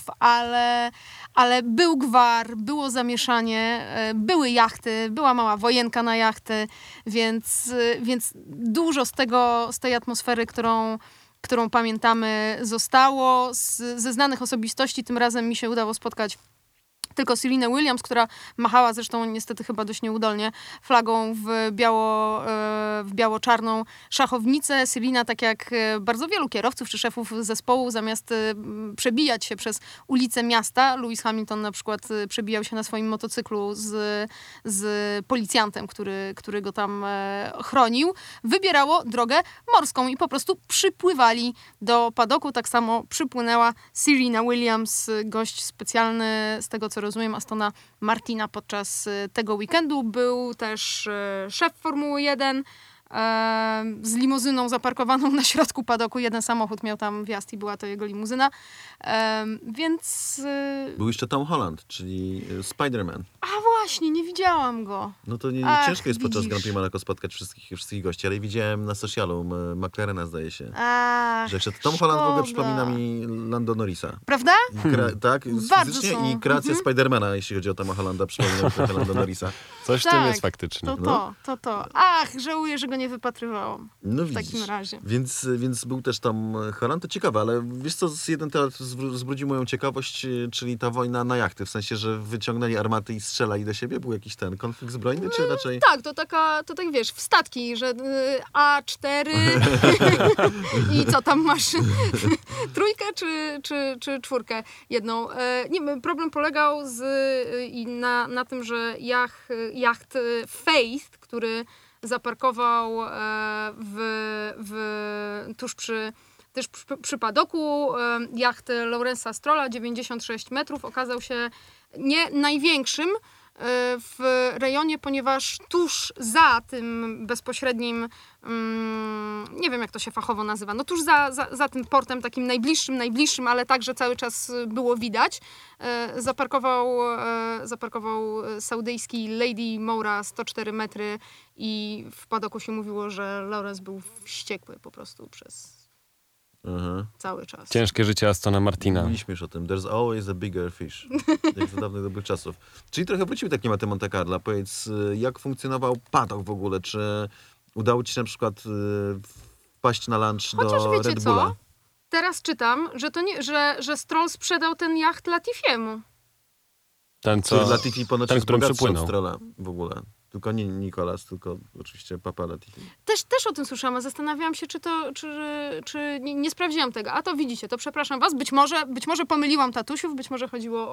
ale był gwar, było zamieszanie, były jachty, była mała wojenka na jachty, więc dużo z tej atmosfery, którą pamiętamy, zostało. Ze znanych osobistości tym razem mi się udało spotkać tylko Serenę Williams, która machała zresztą niestety chyba dość nieudolnie flagą w biało-czarną szachownicę. Serena, tak jak bardzo wielu kierowców czy szefów zespołu, zamiast przebijać się przez ulice miasta, Lewis Hamilton na przykład przebijał się na swoim motocyklu z policjantem, który go tam chronił, wybierało drogę morską i po prostu przypływali do padoku. Tak samo przypłynęła Serena Williams, gość specjalny, z tego co rozumiem, Astona Martina podczas tego weekendu. Był też szef Formuły 1 z limuzyną zaparkowaną na środku padoku. Jeden samochód miał tam wjazd i była to jego limuzyna. Więc... Był jeszcze Tom Holland, czyli Spider-Man. A właśnie, nie widziałam go. No to ciężko jest podczas Grand Prix Monaco spotkać wszystkich gości, ale widziałem na socialu, McLarena zdaje się, że jeszcze Tom Holland w ogóle przypomina mi Lando Norrisa. Prawda? Tak, fizycznie i kreację Spidermana, jeśli chodzi o Toma Hollanda, przypomina mi trochę Lando Norrisa. Coś w tym jest faktycznie. To. Ach, żałuję, że go nie wypatrywałam. No w takim razie. Więc był też tam Holland, to ciekawe, ale wiesz co, jeden temat zwrócił moją ciekawość, czyli ta wojna na jachty, w sensie, że wyciągnęli armaty i strzelali do siebie? Był jakiś konflikt zbrojny, czy raczej... Tak, to tak wiesz, w statki, że A4 i co tam masz trójkę czy czwórkę jedną. Nie, problem polegał na tym, że jacht Faith, który zaparkował przy padoku, jacht Lawrence'a Strolla 96 metrów okazał się nie największym w rejonie, ponieważ tuż za tym bezpośrednim, nie wiem jak to się fachowo nazywa, no tuż za tym portem takim najbliższym, ale także cały czas było widać, zaparkował saudyjski Lady Moura 104 metry i w padoku się mówiło, że Lawrence był wściekły po prostu przez cały czas. Ciężkie życie Astona Martina. Mówiliśmy już o tym. There's always a bigger fish. Jak za dawnych dobrych czasów. Czyli trochę wróciły takie tematy Monte Carlo. Powiedz, jak funkcjonował paddock w ogóle? Czy udało ci się na przykład wpaść na lunch Chociaż do wiecie Red Bulla? co? Teraz czytam, że Stroll sprzedał ten jacht Latifiemu. Ten, co... Latifi ponoć ten, jest którym bogatszy od przypłynął. Strolla w ogóle. Tylko nie Nicolas, tylko oczywiście Papa Latifi. Też o tym słyszałam, a zastanawiałam się, czy nie sprawdziłam tego. A to widzicie, to przepraszam was. Być może pomyliłam tatusiów, być może chodziło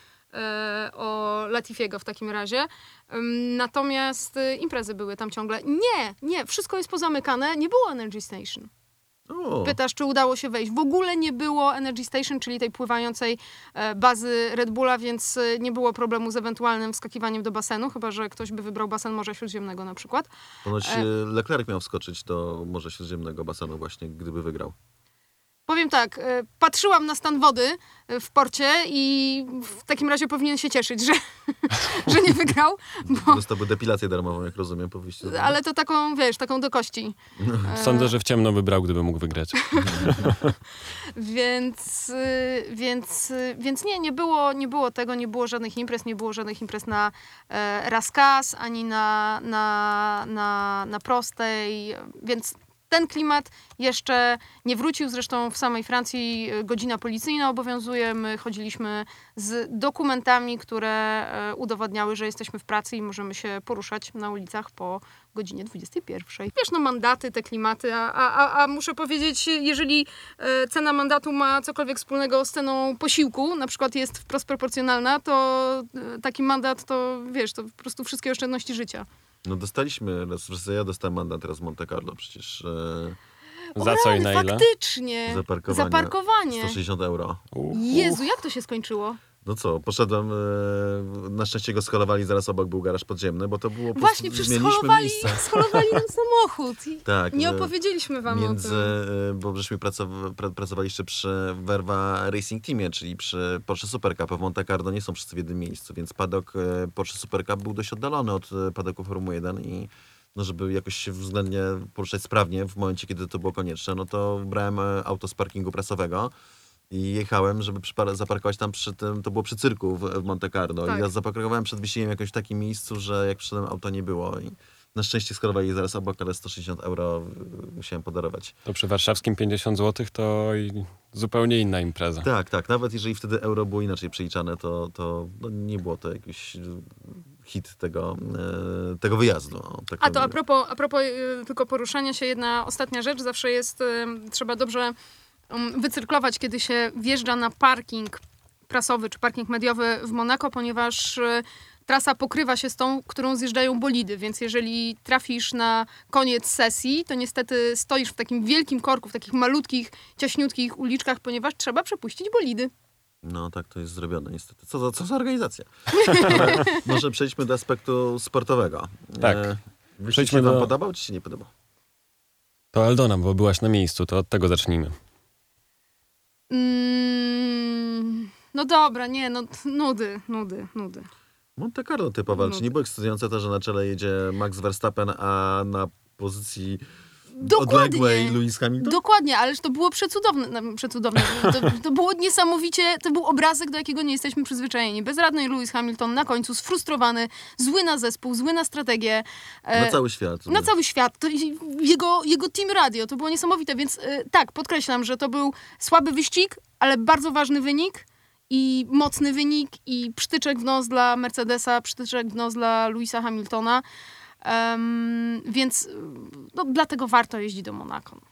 o Latifiego w takim razie. Natomiast imprezy były tam ciągle. Nie, wszystko jest pozamykane. Nie było Energy Station. Pytasz, czy udało się wejść. W ogóle nie było Energy Station, czyli tej pływającej bazy Red Bulla, więc nie było problemu z ewentualnym wskakiwaniem do basenu, chyba że ktoś by wybrał basen Morza Śródziemnego na przykład. Ponoć Leclerc miał wskoczyć do Morza Śródziemnego basenu właśnie, gdyby wygrał. Powiem tak, patrzyłam na stan wody w porcie i w takim razie powinien się cieszyć, że nie wygrał. Bo... Dostałby depilację darmową, jak rozumiem, po wyjściu. Ale to taką, wiesz, taką do kości. Sądzę, że w ciemno wybrał, gdyby mógł wygrać. Więc nie było tego, nie było żadnych imprez na Raskas, ani na prostej, więc ten klimat jeszcze nie wrócił. Zresztą w samej Francji godzina policyjna obowiązuje. My chodziliśmy z dokumentami, które udowadniały, że jesteśmy w pracy i możemy się poruszać na ulicach po godzinie 21. Wiesz, no mandaty, te klimaty, a muszę powiedzieć, jeżeli cena mandatu ma cokolwiek wspólnego z ceną posiłku, na przykład jest wprost proporcjonalna, to taki mandat to, wiesz, to po prostu wszystkie oszczędności życia. No dostaliśmy, ja dostałem mandat teraz w Monte Carlo przecież. Za co i na ile? Faktycznie. Za parkowanie. 160 euro. Jezu, jak to się skończyło? No co, poszedłem, na szczęście go scholowali, zaraz obok był garaż podziemny, bo to było Właśnie, przecież scholowali nam samochód. Tak. Nie opowiedzieliśmy wam o tym. Bo żeśmy pracowali jeszcze przy Verva Racing Teamie, czyli przy Porsche Super Cup. W Monte Carlo nie są wszyscy w jednym miejscu, więc paddock Porsche Super Cup był dość oddalony od paddocku Formuły 1 i no, żeby jakoś się względnie poruszać sprawnie w momencie, kiedy to było konieczne, no to brałem auto z parkingu prasowego i jechałem, żeby zaparkować tam to było przy cyrku w Monte Carlo. Tak. I ja zaparkowałem przed wyścigiem jakoś w takim miejscu, że jak przyszedłem, auta nie było. I na szczęście scholowali zaraz obok, ale 160 euro musiałem podarować. To przy warszawskim 50 zł to zupełnie inna impreza. Tak. Nawet jeżeli wtedy euro było inaczej przeliczane, to no, nie było to jakiś hit tego wyjazdu. Tak a to a propos tylko poruszania się, jedna ostatnia rzecz. Zawsze jest, trzeba dobrze wycyrklować, kiedy się wjeżdża na parking prasowy czy parking mediowy w Monako, ponieważ trasa pokrywa się z tą, którą zjeżdżają bolidy, więc jeżeli trafisz na koniec sesji, to niestety stoisz w takim wielkim korku, w takich malutkich, ciaśniutkich uliczkach, ponieważ trzeba przepuścić bolidy. No tak to jest zrobione niestety. Co za organizacja? Może przejdźmy do aspektu sportowego. Tak. Wyścig się wam podobał, czy się nie podobał? To Aldona, bo byłaś na miejscu, to od tego zacznijmy. No dobra, nie, no nudy. Monte Carlo typowa, czy nie było ekscytujące to, że na czele jedzie Max Verstappen, a na pozycji odległej Lewis Hamilton? Dokładnie, ależ to było przecudowne. To było niesamowicie, to był obrazek, do jakiego nie jesteśmy przyzwyczajeni. Bezradny Lewis Hamilton na końcu, sfrustrowany, zły na zespół, zły na strategię. Na cały świat. Na cały świat. To jego team radio, to było niesamowite, więc tak, podkreślam, że to był słaby wyścig, ale bardzo ważny wynik. I mocny wynik, i przytyczek w nos dla Mercedesa, przytyczek w nos dla Lewisa Hamiltona. Więc no, dlatego warto jeździć do Monako.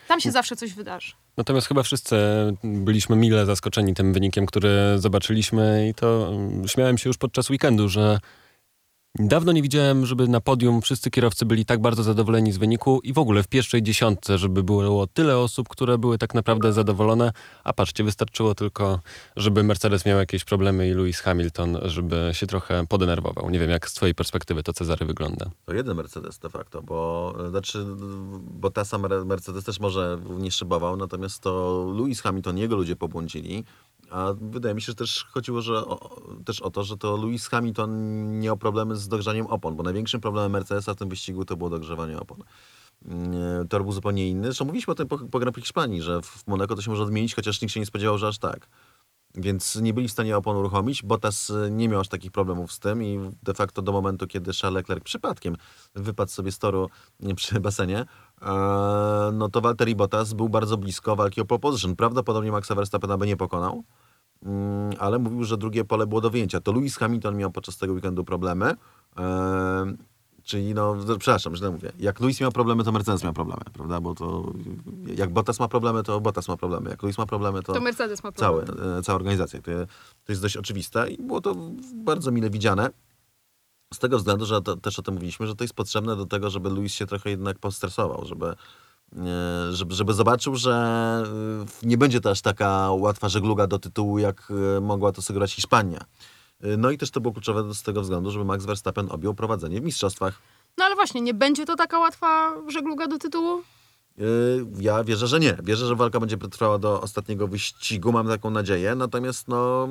Tam się zawsze coś wydarzy. Natomiast chyba wszyscy byliśmy mile zaskoczeni tym wynikiem, który zobaczyliśmy i to śmiałem się już podczas weekendu, że dawno nie widziałem, żeby na podium wszyscy kierowcy byli tak bardzo zadowoleni z wyniku i w ogóle w pierwszej dziesiątce, żeby było tyle osób, które były tak naprawdę zadowolone. A patrzcie, wystarczyło tylko, żeby Mercedes miał jakieś problemy i Lewis Hamilton, żeby się trochę podenerwował. Nie wiem, jak z twojej perspektywy to Cezary wygląda. To jeden Mercedes de facto, bo ta sama Mercedes też może nie szybował, natomiast to Lewis Hamilton, jego ludzie pobłądzili. A wydaje mi się, że też chodziło też o to, że to Lewis Hamilton miał problemy z dogrzaniem opon, bo największym problemem Mercedesa w tym wyścigu to było dogrzewanie opon. Tor był zupełnie inny. Zresztą mówiliśmy o tym po Grand Prix Hiszpanii, że w Monako to się może odmienić, chociaż nikt się nie spodziewał, że aż tak. Więc nie byli w stanie opon uruchomić. Bottas nie miał aż takich problemów z tym i de facto do momentu, kiedy Charles Leclerc przypadkiem wypadł sobie z toru przy basenie, no to Valtteri Bottas był bardzo blisko walki o pole position. Prawdopodobnie Maxa Verstappena by nie pokonał, ale mówił, że drugie pole było do wyjęcia. To Lewis Hamilton miał podczas tego weekendu problemy. Czyli, przepraszam, źle mówię. Jak Lewis miał problemy, to Mercedes miał problemy, prawda? Bo to jak Bottas ma problemy, to Bottas ma problemy. Jak Lewis ma problemy, to Mercedes ma problemy. Cała organizacja. To jest dość oczywiste i było to bardzo mile widziane. Z tego względu, że też o tym mówiliśmy, że to jest potrzebne do tego, żeby Lewis się trochę jednak postresował, żeby zobaczył, że nie będzie to aż taka łatwa żegluga do tytułu, jak mogła to sugerować Hiszpania. No i też to było kluczowe z tego względu, żeby Max Verstappen objął prowadzenie w mistrzostwach. No ale właśnie, nie będzie to taka łatwa żegluga do tytułu? Ja wierzę, że nie. Wierzę, że walka będzie trwała do ostatniego wyścigu. Mam taką nadzieję. Natomiast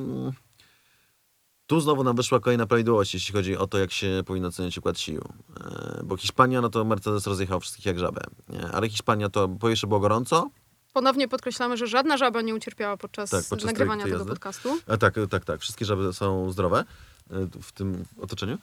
tu znowu nam wyszła kolejna prawidłowość, jeśli chodzi o to, jak się powinno oceniać układ sił. Bo Hiszpania, no to Mercedes rozjechał wszystkich jak żabę. Ale Hiszpania to po pierwsze było gorąco. Ponownie podkreślamy, że żadna żaba nie ucierpiała podczas nagrywania tego podcastu. Tak. Wszystkie żaby są zdrowe w tym otoczeniu.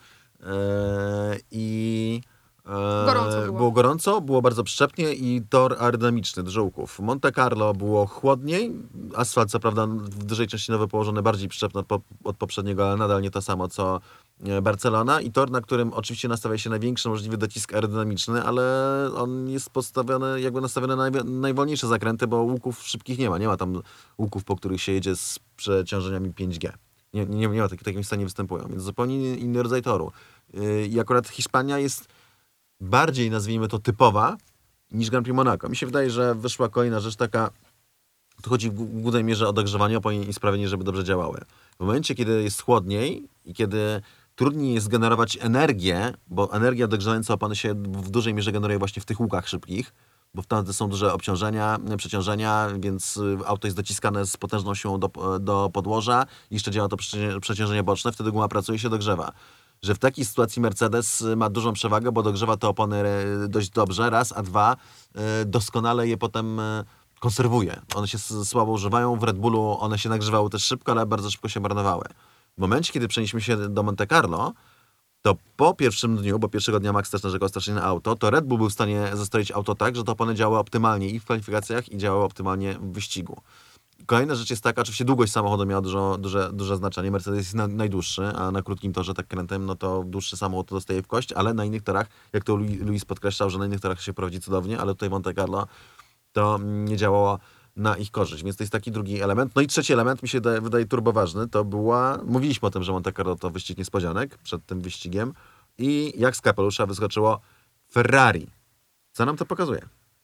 Było gorąco, było bardzo przyczepnie i tor aerodynamiczny do żółków. Monte Carlo było chłodniej, asfalt co prawda w dużej części nowo położony, bardziej przyczepny od poprzedniego, ale nadal nie to samo co Barcelona i tor, na którym oczywiście nastawia się największy możliwy docisk aerodynamiczny, ale on jest nastawiony na najwolniejsze zakręty, bo łuków szybkich nie ma. Nie ma tam łuków, po których się jedzie z przeciążeniami 5G. Nie ma takim miejsca nie występują, więc zupełnie inny rodzaj toru. I akurat Hiszpania jest bardziej, nazwijmy to, typowa niż Grand Prix Monaco. Mi się wydaje, że wyszła kolejna rzecz taka, tu chodzi w głównej mierze o dogrzewanie opon i sprawienie, żeby dobrze działały. W momencie, kiedy jest chłodniej i kiedy trudniej jest generować energię, bo energia dogrzewająca opony się w dużej mierze generuje właśnie w tych łukach szybkich, bo wtedy są duże przeciążenia, więc auto jest dociskane z potężną siłą do podłoża, jeszcze działa to przeciążenie boczne, wtedy guma pracuje i się dogrzewa. Że w takiej sytuacji Mercedes ma dużą przewagę, bo dogrzewa te opony dość dobrze, raz, a dwa, doskonale je potem konserwuje. One się słabo używają, w Red Bullu one się nagrzewały też szybko, ale bardzo szybko się marnowały. W momencie, kiedy przenieśliśmy się do Monte Carlo, to po pierwszym dniu, bo pierwszego dnia Max też narzekał strasznie na auto, to Red Bull był w stanie zestroić auto tak, że te opony działały optymalnie i w kwalifikacjach, i działały optymalnie w wyścigu. Kolejna rzecz jest taka, oczywiście długość samochodu miała duże znaczenie. Mercedes jest najdłuższy, a na krótkim torze tak krętem, no to dłuższy samochód to dostaje w kość, ale na innych torach, jak to Lewis podkreślał, że na innych torach się prowadzi cudownie, ale tutaj w Monte Carlo to nie na ich korzyść, więc to jest taki drugi element. No i trzeci element mi się wydaje turboważny, mówiliśmy o tym, że Monte Carlo to wyścig niespodzianek przed tym wyścigiem i jak z kapelusza wyskoczyło Ferrari. Co nam to pokazuje?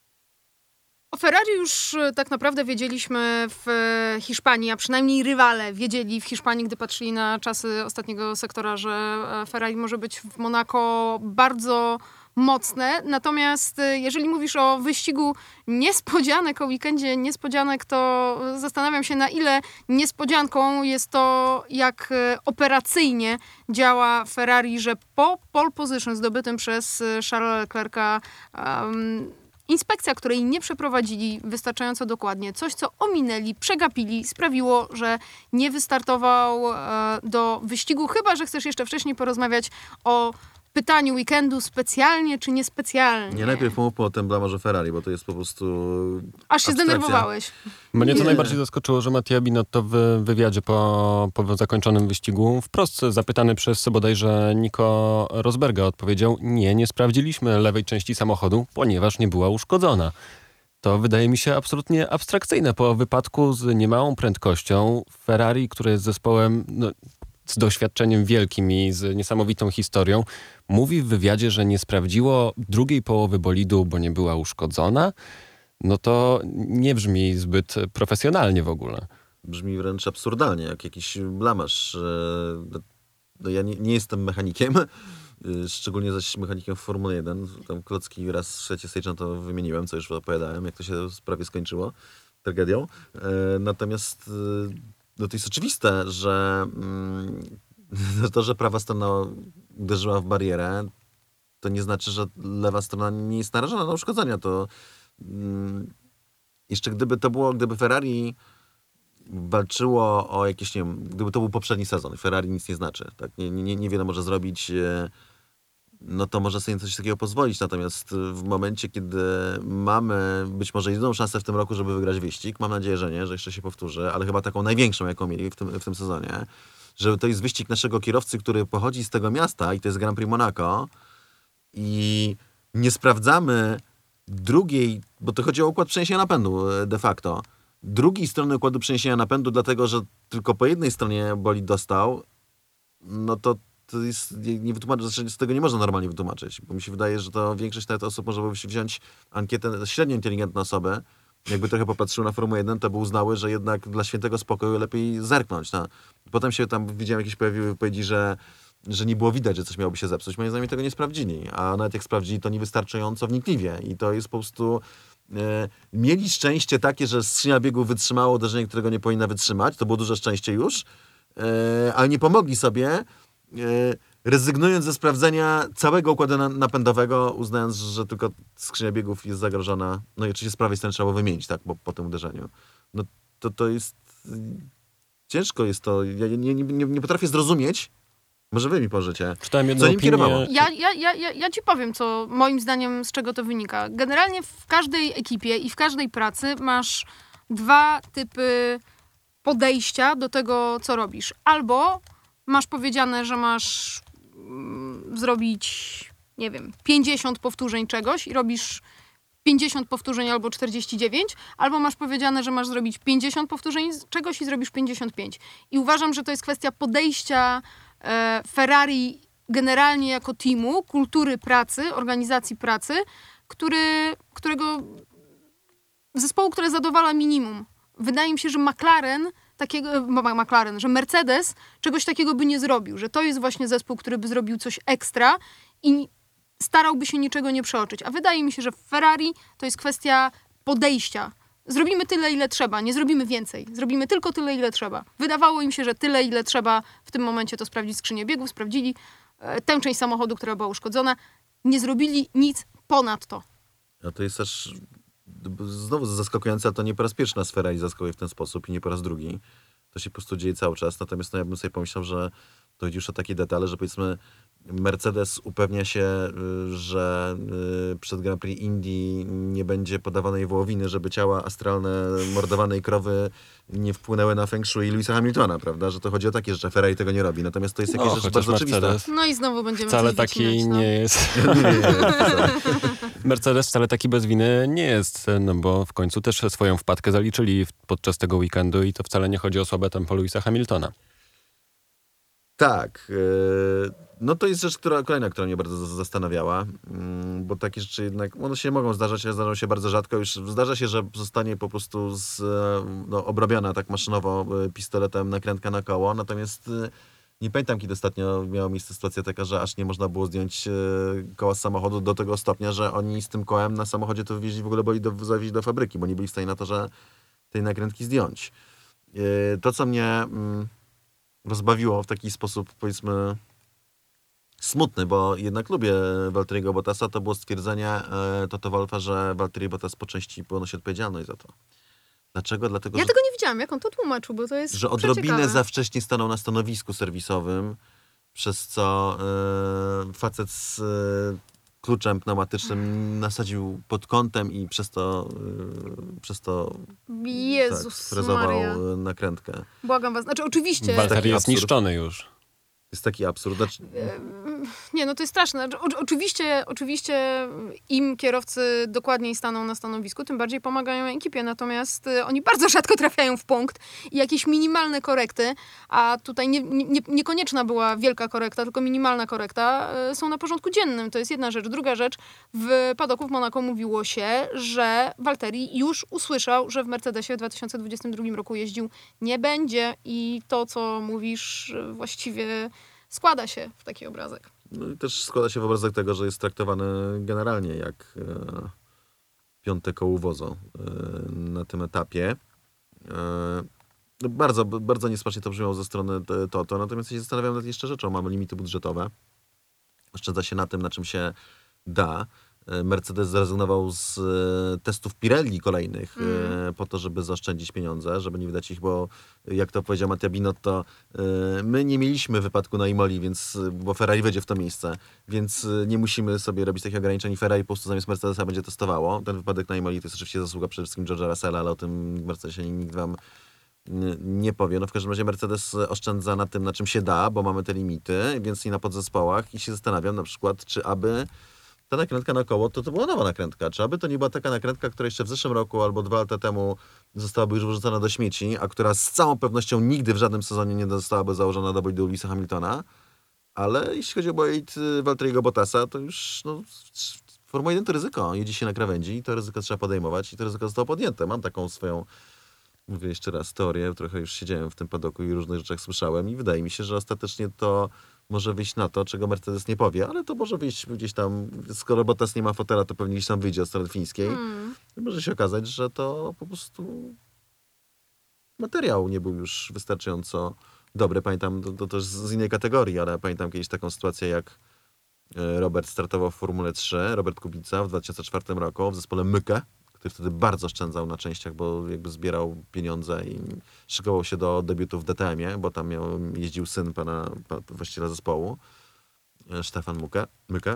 O Ferrari już tak naprawdę wiedzieliśmy w Hiszpanii, a przynajmniej rywale wiedzieli w Hiszpanii, gdy patrzyli na czasy ostatniego sektora, że Ferrari może być w Monako bardzo mocne. Natomiast jeżeli mówisz o wyścigu niespodzianek, o weekendzie niespodzianek, to zastanawiam się, na ile niespodzianką jest to, jak operacyjnie działa Ferrari, że po pole position zdobytym przez Charlesa Leclerca inspekcja, której nie przeprowadzili wystarczająco dokładnie, coś co ominęli, przegapili, sprawiło, że nie wystartował do wyścigu, chyba że chcesz jeszcze wcześniej porozmawiać o pytaniu weekendu, specjalnie czy niespecjalnie. Nie, najpierw mówmy o tym blamarze Ferrari, bo to jest po prostu aż się zdenerwowałeś. Mnie to najbardziej zaskoczyło, że Mattia Binotto w wywiadzie po zakończonym wyścigu wprost zapytany przez bodajże Nico Rosberga odpowiedział: nie sprawdziliśmy lewej części samochodu, ponieważ nie była uszkodzona. To wydaje mi się absolutnie abstrakcyjne. Po wypadku z niemałą prędkością Ferrari, które jest zespołem z doświadczeniem wielkim i z niesamowitą historią, mówi w wywiadzie, że nie sprawdziło drugiej połowy bolidu, bo nie była uszkodzona. No to nie brzmi zbyt profesjonalnie w ogóle. Brzmi wręcz absurdalnie, jak jakiś blamaż. No ja nie jestem mechanikiem, szczególnie zaś mechanikiem w Formule 1. Tam klocki raz w świecie Stage'a to wymieniłem, co już opowiadałem, jak to się prawie skończyło tragedią. Natomiast no to jest oczywiste, że to, że prawa strona uderzyła w barierę, to nie znaczy, że lewa strona nie jest narażona na uszkodzenia. To jeszcze gdyby Ferrari walczyło o jakieś, nie wiem, gdyby to był poprzedni sezon, Ferrari nic nie znaczy, tak? Niewiele może zrobić, no to może sobie coś takiego pozwolić. Natomiast w momencie, kiedy mamy być może jedyną szansę w tym roku, żeby wygrać wyścig, mam nadzieję, że nie, że jeszcze się powtórzy, ale chyba taką największą, jaką mieli w tym sezonie, że to jest wyścig naszego kierowcy, który pochodzi z tego miasta i to jest Grand Prix Monaco i nie sprawdzamy drugiej, bo to chodzi o układ przeniesienia napędu de facto, drugiej strony układu przeniesienia napędu, dlatego że tylko po jednej stronie bolid dostał, no to jest, nie wytłumaczę, z tego nie można normalnie wytłumaczyć, bo mi się wydaje, że to większość nawet osób może by wziąć ankietę, średnio inteligentne osoby, jakby trochę popatrzyły na Formułę 1, to by uznały, że jednak dla świętego spokoju lepiej zerknąć. No. Potem się tam widziałem jakieś pojawiły wypowiedzi, że nie było widać, że coś miałoby się zepsuć. Moim zdaniem tego nie sprawdzili, a nawet jak sprawdzili, to niewystarczająco wnikliwie i to jest po prostu... mieli szczęście takie, że skrzynia biegów wytrzymała uderzenie, którego nie powinna wytrzymać. To było duże szczęście już, ale nie pomogli sobie, rezygnując ze sprawdzenia całego układu napędowego, uznając, że tylko skrzynia biegów jest zagrożona. No i oczywiście z prawej strony trzeba było wymienić, tak, po tym uderzeniu. No to jest... Ciężko jest to. Ja nie potrafię zrozumieć. Może wy mi pożycie. Czytałem jedną opinię. Kierowało? Ja ci powiem, co moim zdaniem z czego to wynika. Generalnie w każdej ekipie i w każdej pracy masz dwa typy podejścia do tego, co robisz. Albo masz powiedziane, że masz zrobić, nie wiem, 50 powtórzeń czegoś i robisz 50 powtórzeń albo 49, albo masz powiedziane, że masz zrobić 50 powtórzeń czegoś i zrobisz 55. I uważam, że to jest kwestia podejścia Ferrari generalnie jako teamu, kultury pracy, organizacji pracy, zespołu, które zadowala minimum. Wydaje mi się, że że Mercedes czegoś takiego by nie zrobił, że to jest właśnie zespół, który by zrobił coś ekstra i starałby się niczego nie przeoczyć. A wydaje mi się, że w Ferrari to jest kwestia podejścia. Zrobimy tyle, ile trzeba, nie zrobimy więcej. Zrobimy tylko tyle, ile trzeba. Wydawało im się, że tyle, ile trzeba w tym momencie to sprawdzić skrzynię biegów, sprawdzili tę część samochodu, która była uszkodzona. Nie zrobili nic ponad to. A to jest też znowu zaskakujące, a to nie po raz pierwszy nas Ferrari zaskakuje w ten sposób i nie po raz drugi. To się po prostu dzieje cały czas. Natomiast ja bym sobie pomyślał, że to chodzi już o takie detale, że powiedzmy Mercedes upewnia się, że przed Grand Prix Indii nie będzie podawanej wołowiny, żeby ciała astralne mordowanej krowy nie wpłynęły na feng shui Lewisa Hamiltona, prawda? Że to chodzi o takie rzeczy, Ferrari tego nie robi. Natomiast to jest jakieś rzecz bardzo oczywista. No i znowu będziemy wcale coś taki wycinać, nie jest. Mercedes wcale taki bez winy nie jest, no bo w końcu też swoją wpadkę zaliczyli podczas tego weekendu i to wcale nie chodzi o słabe tempo Lewisa Hamiltona. Tak. No to jest rzecz, kolejna, która mnie bardzo zastanawiała, bo takie rzeczy jednak, one się mogą zdarzać, ale zdarzają się bardzo rzadko. Już zdarza się, że zostanie po prostu obrobiona tak maszynowo pistoletem nakrętka na koło, natomiast nie pamiętam, kiedy ostatnio miała miejsce sytuacja taka, że aż nie można było zdjąć koła z samochodu do tego stopnia, że oni z tym kołem na samochodzie to wywieźli w ogóle zawieźli do fabryki, bo nie byli w stanie na to, że tej nakrętki zdjąć. To, co mnie rozbawiło w taki sposób, powiedzmy, smutny, bo jednak lubię Valtteriego Bottasa, to było stwierdzenie Toto Wolffa, że Valtteri Bottas po części ponosi odpowiedzialność za to. Dlaczego? Dlatego, ja tego nie widziałam, jak on to tłumaczył, bo to jest że odrobinę za wcześnie stanął na stanowisku serwisowym, przez co facet z kluczem pneumatycznym nasadził pod kątem i przez to Jezus frezował Maria. nakrętkę. Błagam was. Znaczy oczywiście... Valtteri jest niszczony już. Jest taki absurd. Nie, no to jest straszne. Oczywiście im kierowcy dokładniej staną na stanowisku, tym bardziej pomagają ekipie, natomiast oni bardzo rzadko trafiają w punkt i jakieś minimalne korekty, a tutaj niekonieczna była wielka korekta, tylko minimalna korekta, są na porządku dziennym. To jest jedna rzecz. Druga rzecz, w padoku w Monako mówiło się, że Valtteri już usłyszał, że w Mercedesie w 2022 roku jeździł nie będzie i to, co mówisz, właściwie składa się w taki obrazek. No i też składa się w obrazek tego, że jest traktowany generalnie jak piąte koło wozu na tym etapie. Bardzo, bardzo niesmacznie to brzmiało ze strony Toto, natomiast ja się zastanawiam nad jeszcze rzeczą. Mamy limity budżetowe. Oszczędza się na tym, na czym się da. Mercedes zrezygnował z testów Pirelli kolejnych po to, żeby zaoszczędzić pieniądze, żeby nie wydać ich, bo jak to powiedział Mattia Binotto, my nie mieliśmy wypadku na Imoli, bo Ferrari wejdzie w to miejsce, więc nie musimy sobie robić takich ograniczeń. Ferrari po prostu zamiast Mercedesa będzie testowało. Ten wypadek na Imoli to jest oczywiście zasługa przede wszystkim George'a Russella, ale o tym w Mercedesie nikt wam nie powie. No w każdym razie Mercedes oszczędza na tym, na czym się da, bo mamy te limity, więc nie na podzespołach i się zastanawiam na przykład, czy aby ta nakrętka na koło, to była nowa nakrętka. Czy aby to nie była taka nakrętka, która jeszcze w zeszłym roku albo 2 lata temu zostałaby już wyrzucona do śmieci, a która z całą pewnością nigdy w żadnym sezonie nie zostałaby założona do bolidu Lewisa Hamiltona. Ale jeśli chodzi o bolid Valtteriego Bottasa, to już Formuła 1 to ryzyko. Jedzie się na krawędzi i to ryzyko trzeba podejmować i to ryzyko zostało podjęte. Mam taką swoją, mówię jeszcze raz, teorię. Trochę już siedziałem w tym padoku i różnych rzeczach słyszałem i wydaje mi się, że ostatecznie to może wyjść na to, czego Mercedes nie powie, ale to może wyjść gdzieś tam, skoro Bottas nie ma fotela, to pewnie gdzieś tam wyjdzie od strony fińskiej. Może się okazać, że to po prostu materiał nie był już wystarczająco dobry. Pamiętam, to też z innej kategorii, ale pamiętam kiedyś taką sytuację, jak Robert startował w Formule 3, Robert Kubica w 2004 roku w zespole Myke, który wtedy bardzo oszczędzał na częściach, bo jakby zbierał pieniądze i szykował się do debiutu w DTM-ie, bo tam jeździł syn pana właściciela zespołu, Stefan Myke.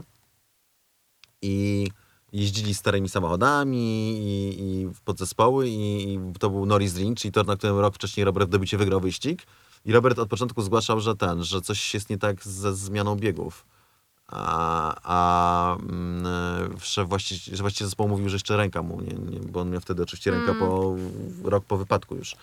I jeździli starymi samochodami i w podzespoły i to był Norris Ring, czyli tor, na którym rok wcześniej Robert w debiucie wygrał wyścig. I Robert od początku zgłaszał, że coś jest nie tak ze zmianą biegów. Szef właściciel zespołu mówił, że jeszcze ręka mu, bo on miał wtedy oczywiście rękę rok po wypadku już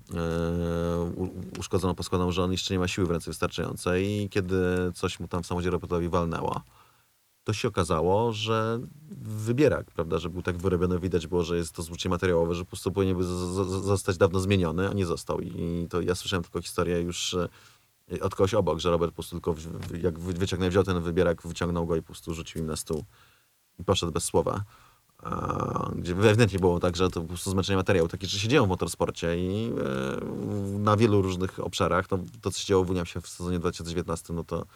uszkodzoną, poskładaną, że on jeszcze nie ma siły w ręce wystarczającej i kiedy coś mu tam w samochodzie Robertowi walnęło, to się okazało, że wybierak, prawda, że był tak wyrobiony, widać było, że jest to zużycie materiałowe, że po prostu powinien zostać dawno zmieniony, a nie został. I to ja słyszałem tylko historię już od kogoś obok, że Robert po prostu tylko jak wziął ten wybierak, wyciągnął go i po prostu rzucił im na stół i poszedł bez słowa. Gdzie ewidentnie było tak, że to po prostu zmęczenie materiału. Takie rzeczy się dzieją w motorsporcie i na wielu różnych obszarach. To co się działo w Williamsie w sezonie 2019, no to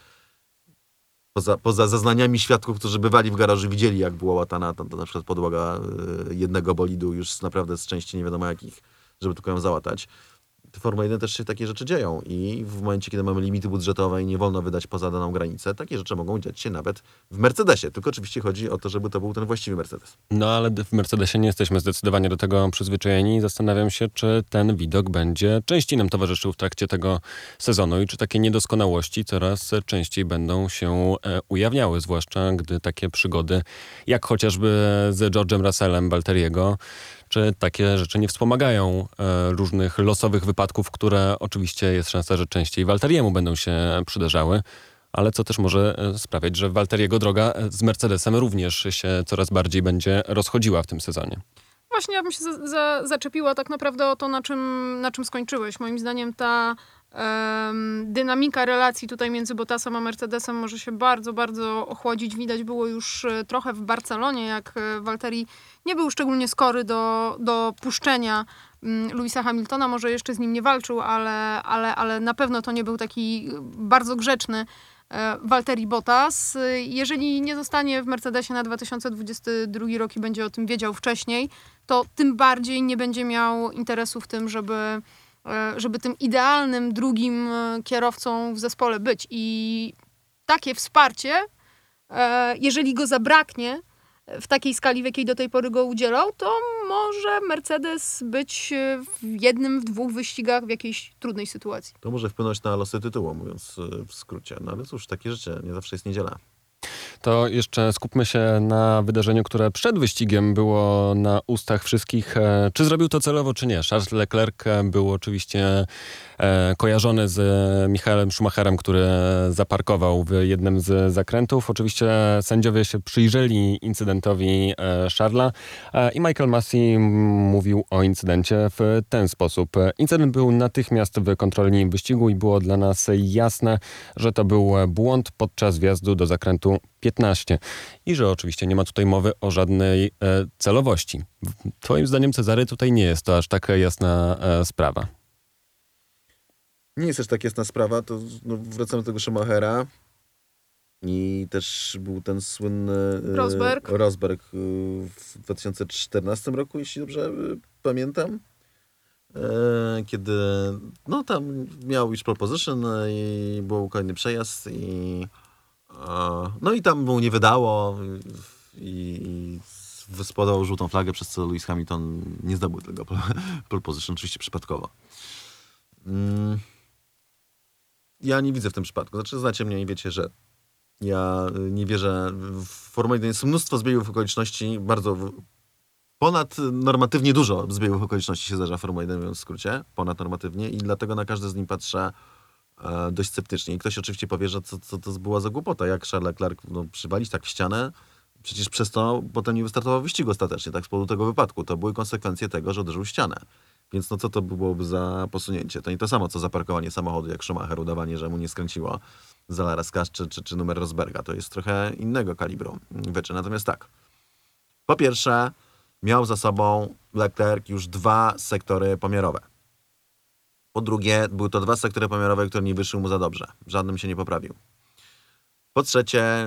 poza zeznaniami świadków, którzy bywali w garażu, widzieli jak była łatana to na przykład podłoga jednego bolidu już naprawdę z części nie wiadomo jakich, żeby tylko ją załatać. W Formule 1 też się takie rzeczy dzieją i w momencie, kiedy mamy limity budżetowe i nie wolno wydać poza daną granicę, takie rzeczy mogą dziać się nawet w Mercedesie. Tylko oczywiście chodzi o to, żeby to był ten właściwy Mercedes. No ale w Mercedesie nie jesteśmy zdecydowanie do tego przyzwyczajeni. Zastanawiam się, czy ten widok będzie częściej nam towarzyszył w trakcie tego sezonu i czy takie niedoskonałości coraz częściej będą się ujawniały, zwłaszcza gdy takie przygody, jak chociażby z George'em Russellem Valtteriego, czy takie rzeczy nie wspomagają różnych losowych wypadków, które oczywiście jest szansa, że częściej Valtteriemu będą się przydarzały, ale co też może sprawiać, że Valtteriego droga z Mercedesem również się coraz bardziej będzie rozchodziła w tym sezonie. Właśnie ja bym się zaczepiła tak naprawdę o to, na czym skończyłeś. Moim zdaniem ta dynamika relacji tutaj między Bottasem a Mercedesem może się bardzo, bardzo ochłodzić. Widać było już trochę w Barcelonie, jak Valtteri nie był szczególnie skory do puszczenia Lewisa Hamiltona. Może jeszcze z nim nie walczył, ale na pewno to nie był taki bardzo grzeczny Valtteri Bottas. Jeżeli nie zostanie w Mercedesie na 2022 rok i będzie o tym wiedział wcześniej, to tym bardziej nie będzie miał interesu w tym, żeby tym idealnym drugim kierowcą w zespole być. I takie wsparcie, jeżeli go zabraknie, w takiej skali, w jakiej do tej pory go udzielał, to może Mercedes być w jednym, w 2 wyścigach w jakiejś trudnej sytuacji. To może wpłynąć na losy tytułu, mówiąc w skrócie. No ale cóż, takie rzeczy, nie zawsze jest niedziela. To jeszcze skupmy się na wydarzeniu, które przed wyścigiem było na ustach wszystkich. Czy zrobił to celowo, czy nie? Charles Leclerc był oczywiście kojarzony z Michaelem Schumacherem, który zaparkował w jednym z zakrętów. Oczywiście sędziowie się przyjrzeli incydentowi Charlesa i Michael Massey mówił o incydencie w ten sposób. Incydent był natychmiast w kontrolni wyścigu i było dla nas jasne, że to był błąd podczas wjazdu do zakrętu 15 i że oczywiście nie ma tutaj mowy o żadnej celowości. Twoim zdaniem, Cezary, tutaj nie jest to aż tak jasna sprawa. Nie jest też tak jasna sprawa, to wracamy do tego Schumachera i też był ten słynny Rosberg w 2014 roku, jeśli dobrze pamiętam, kiedy tam miał już pole position i był kolejny przejazd i tam mu nie wydało i spodał żółtą flagę, przez co Lewis Hamilton nie zdobył tego pole position, oczywiście przypadkowo. Ja nie widzę w tym przypadku. Znacie mnie i wiecie, że ja nie wierzę w Formule 1. Jest mnóstwo zbiegów okoliczności, bardzo ponadnormatywnie dużo zbiegów okoliczności się zdarza w Formule 1, mówiąc w skrócie, ponadnormatywnie i dlatego na każdy z nich patrzę dość sceptycznie. I ktoś oczywiście powie, że co to była za głupota, jak Charles Leclerc przywalić tak w ścianę, przecież przez to potem nie wystartował w wyścigu ostatecznie, tak z powodu tego wypadku. To były konsekwencje tego, że uderzył w ścianę. Więc co to byłoby za posunięcie? To nie to samo, co zaparkowanie samochodu, jak Schumacher, udawanie, że mu nie skręciło Zalaira Skas czy numer Rosberga. To jest trochę innego kalibru rzeczy. Natomiast tak, po pierwsze, miał za sobą Leclerc już 2 sektory pomiarowe. Po drugie, były to 2 sektory pomiarowe, które nie wyszły mu za dobrze. Żadnym się nie poprawił. Po trzecie,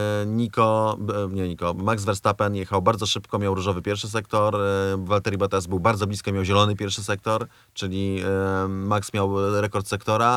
Max Verstappen jechał bardzo szybko, miał różowy pierwszy sektor, Valtteri Bottas był bardzo blisko, miał zielony pierwszy sektor, czyli Max miał rekord sektora,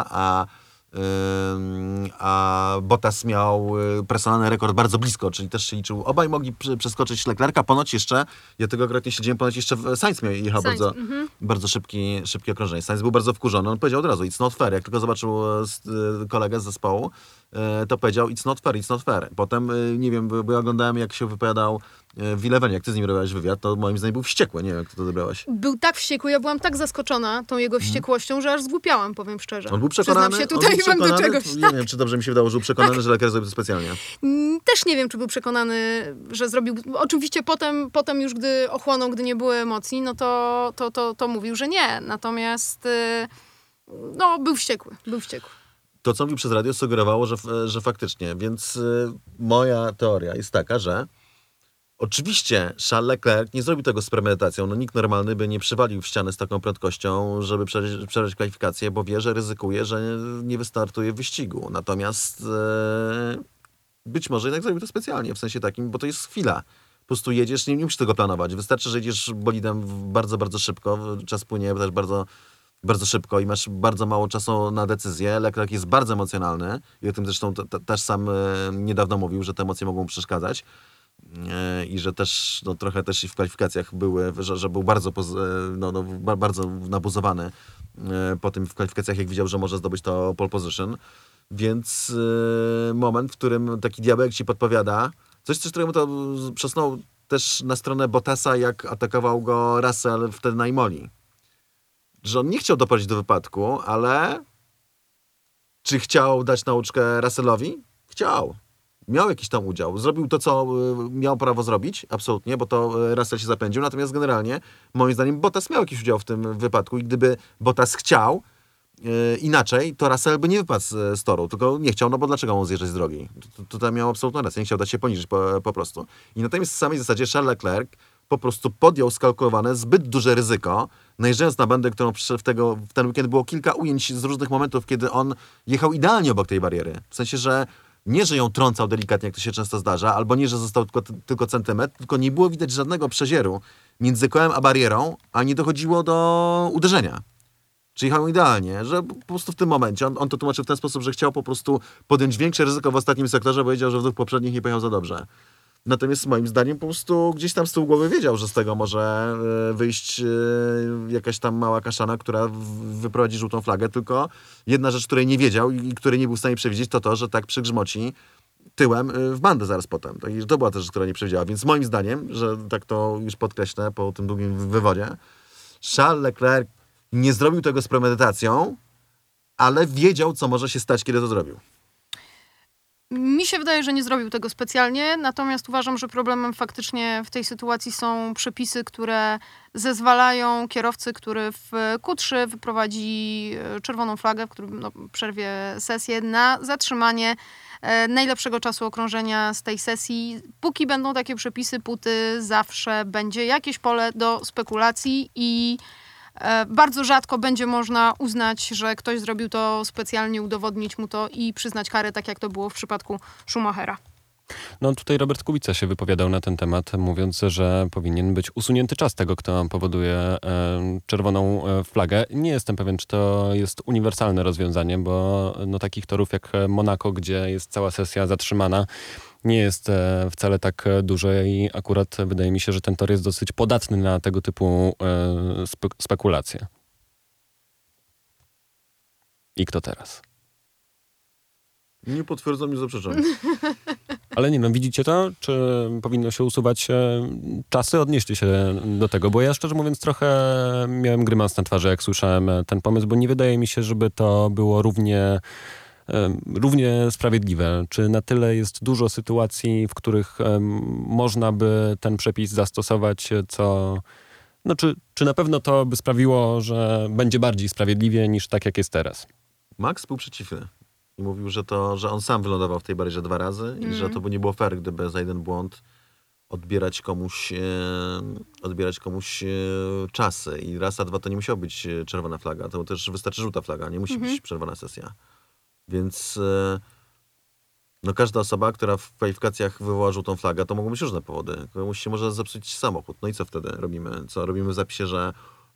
a Bottas miał personalny rekord bardzo blisko, czyli też się liczył. Obaj mogli przeskoczyć Leclerca, ponoć jeszcze, ja tego akurat nie siedziałem, ponoć jeszcze Sainz jechał bardzo szybkie okrążenie. Sainz był bardzo wkurzony, on powiedział od razu, it's not fair. Jak tylko zobaczył kolegę z zespołu, to powiedział, it's not fair. Potem, nie wiem, bo ja oglądałem, jak się wypowiadał Villeneuve, jak ty z nim robiłeś wywiad, to moim zdaniem był wściekły. Nie wiem, jak ty to odebrałaś. Był tak wściekły, ja byłam tak zaskoczona tą jego wściekłością, że aż zgłupiałam, powiem szczerze. On był przekonany, przyznam się tutaj wam do czegoś. Nie wiem, czy dobrze mi się wydało, że był przekonany, że Leclerc zrobił to specjalnie. Też nie wiem, czy był przekonany, że zrobił. Oczywiście potem już, gdy ochłonął, gdy nie było emocji, no to mówił, że nie. Natomiast był wściekły. To, co mówił przez radio, sugerowało, że faktycznie. Więc moja teoria jest taka, że oczywiście Charles Leclerc nie zrobił tego z premedytacją. Nikt normalny by nie przywalił w ścianę z taką prędkością, żeby przeżyć kwalifikację, bo wie, że ryzykuje, że nie wystartuje w wyścigu. Natomiast być może jednak zrobił to specjalnie, w sensie takim, bo to jest chwila. Po prostu jedziesz, nie musisz tego planować. Wystarczy, że jedziesz bolidem bardzo, bardzo szybko. Czas płynie też bardzo, bardzo szybko i masz bardzo mało czasu na decyzję. Leclerc jest bardzo emocjonalny i o tym zresztą też sam niedawno mówił, że te emocje mogą mu przeszkadzać. I że też trochę też i w kwalifikacjach były, że był bardzo bardzo nabuzowany po tym w kwalifikacjach, jak widział, że może zdobyć to pole position. Więc moment, w którym taki diabełek ci podpowiada, coś, któremu to przesunął też na stronę Bottasa, jak atakował go Russell wtedy na Imoli. Że on nie chciał doprowadzić do wypadku, ale czy chciał dać nauczkę Russellowi? Chciał. Miał jakiś tam udział. Zrobił to, co miał prawo zrobić, absolutnie, bo to Russell się zapędził. Natomiast generalnie, moim zdaniem, Bottas miał jakiś udział w tym wypadku i gdyby Bottas chciał inaczej, to Russell by nie wypadł z toru, tylko nie chciał, no bo dlaczego mu zjeżdżać z drogi? Tutaj miał absolutną rację, nie chciał dać się poniżyć po prostu. I na tej samej zasadzie Charles Leclerc po prostu podjął skalkulowane zbyt duże ryzyko, najeżdżając na bandę, którą w ten weekend było kilka ujęć z różnych momentów, kiedy on jechał idealnie obok tej bariery. W sensie, że nie, że ją trącał delikatnie, jak to się często zdarza, albo nie, że został tylko centymetr, tylko nie było widać żadnego przezieru między kołem a barierą, a nie dochodziło do uderzenia. Czyli jechał idealnie, że po prostu w tym momencie, on to tłumaczył w ten sposób, że chciał po prostu podjąć większe ryzyko w ostatnim sektorze, bo wiedział, że w dwóch poprzednich nie pojechał za dobrze. Natomiast moim zdaniem po prostu gdzieś tam z tyłu głowy wiedział, że z tego może wyjść jakaś tam mała kaszana, która wyprowadzi żółtą flagę, tylko jedna rzecz, której nie wiedział i której nie był w stanie przewidzieć, to, że tak przygrzmoci tyłem w bandę zaraz potem. To była też rzecz, która nie przewidziała. Więc moim zdaniem, że tak to już podkreślę po tym długim wywodzie, Charles Leclerc nie zrobił tego z premedytacją, ale wiedział, co może się stać, kiedy to zrobił. Mi się wydaje, że nie zrobił tego specjalnie, natomiast uważam, że problemem faktycznie w tej sytuacji są przepisy, które zezwalają kierowcy, który w Q3 wyprowadzi czerwoną flagę, w którym przerwie sesję, na zatrzymanie najlepszego czasu okrążenia z tej sesji. Póki będą takie przepisy, póty zawsze będzie jakieś pole do spekulacji i bardzo rzadko będzie można uznać, że ktoś zrobił to specjalnie, udowodnić mu to i przyznać karę, tak jak to było w przypadku Schumachera. No tutaj Robert Kubica się wypowiadał na ten temat, mówiąc, że powinien być usunięty czas tego, kto powoduje czerwoną flagę. Nie jestem pewien, czy to jest uniwersalne rozwiązanie, bo takich torów jak Monako, gdzie jest cała sesja zatrzymana, nie jest wcale tak dużo i akurat wydaje mi się, że ten tor jest dosyć podatny na tego typu spekulacje. I kto teraz? Nie potwierdzam, nie zaprzeczam. Ale nie, widzicie to? Czy powinno się usuwać czasy? Odnieście się do tego, bo ja szczerze mówiąc trochę miałem grymans na twarzy, jak słyszałem ten pomysł, bo nie wydaje mi się, żeby to było równie sprawiedliwe. Czy na tyle jest dużo sytuacji, w których można by ten przepis zastosować, co... Czy na pewno to by sprawiło, że będzie bardziej sprawiedliwie niż tak, jak jest teraz? Max był przeciwny. I mówił, że on sam wylądował w tej barierze 2 razy i że to by nie było fair, gdyby za jeden błąd odbierać komuś czasy. I raz, a dwa to nie musiała być czerwona flaga, to też wystarczy żółta flaga, nie musi być czerwona sesja. Więc każda osoba, która w kwalifikacjach wywoła żółtą flagę, to mogą być różne powody. Komuś się może zepsuć samochód. No i co wtedy robimy? Co robimy w zapisie, że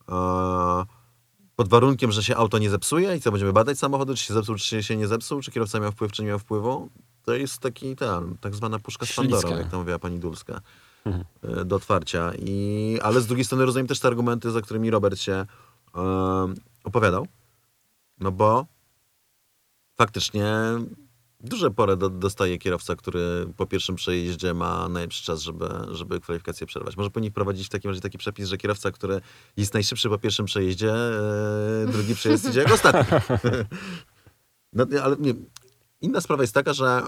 pod warunkiem, że się auto nie zepsuje i co, będziemy badać samochody, czy się zepsuł, czy się nie zepsuł, czy kierowca miał wpływ, czy nie miał wpływu? To jest taki tak zwana puszka z Pandorą, jak to mówiła pani Dulska, do otwarcia. Ale z drugiej strony rozumiem też te argumenty, za którymi Robert się opowiadał, no bo faktycznie duże pole dostaje kierowca, który po pierwszym przejeździe ma najlepszy czas, żeby kwalifikację przerwać. Może powinni wprowadzić w takim razie taki przepis, że kierowca, który jest najszybszy po pierwszym przejeździe, drugi przejazd idzie jak ostatni. Ale nie, inna sprawa jest taka, że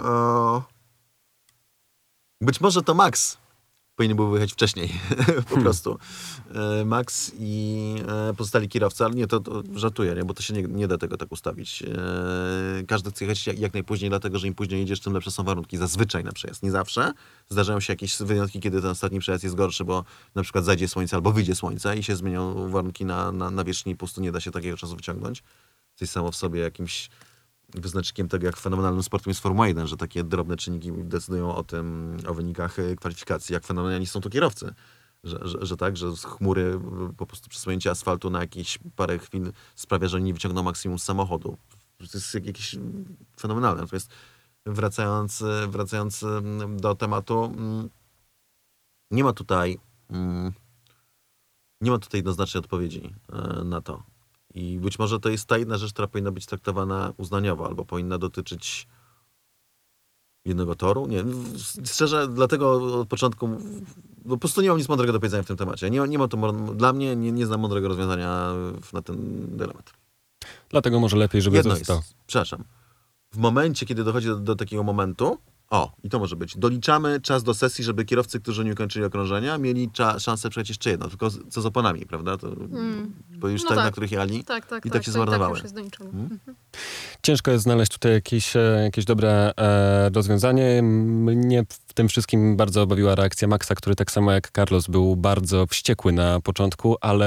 być może to Max powinien był wyjechać wcześniej, po prostu. Max i pozostali kierowcy, ale nie, to żartuję, nie? Bo to się nie da tego tak ustawić. Każdy chce jechać jak najpóźniej, dlatego że im później jedziesz, tym lepsze są warunki. Zazwyczaj na przejazd. Nie zawsze. Zdarzają się jakieś wyjątki, kiedy ten ostatni przejazd jest gorszy, bo na przykład zajdzie słońce albo wyjdzie słońce i się zmienią warunki na wierzchni i po prostu nie da się takiego czasu wyciągnąć. To jest samo w sobie jakimś wyznacznikiem tego, jak fenomenalnym sportem jest Formuła 1, że takie drobne czynniki decydują o wynikach kwalifikacji. Jak fenomenalni są to kierowcy. Że tak, że z chmury po prostu przesunięcie asfaltu na jakieś parę chwil sprawia, że nie wyciągną maksimum z samochodu. To jest jakieś fenomenalne. Natomiast wracając do tematu, nie ma tutaj jednoznacznej odpowiedzi na to. I być może to jest ta jedna rzecz, która powinna być traktowana uznaniowo, albo powinna dotyczyć jednego toru. Nie, szczerze, dlatego od początku po prostu nie mam nic mądrego do powiedzenia w tym temacie. Nie ma to, dla mnie nie znam mądrego rozwiązania na ten dylemat. Dlatego może lepiej, żeby jedno jest, przepraszam, w momencie, kiedy dochodzi do takiego momentu, i to może być, doliczamy czas do sesji, żeby kierowcy, którzy nie ukończyli okrążenia, mieli szansę przejść jeszcze jedno, tylko co z oponami, prawda? Bo już na których jechali i tak się zmarnowały. Ciężko jest znaleźć tutaj jakieś dobre rozwiązanie. Mnie w tym wszystkim bardzo bawiła reakcja Maxa, który tak samo jak Carlos był bardzo wściekły na początku, ale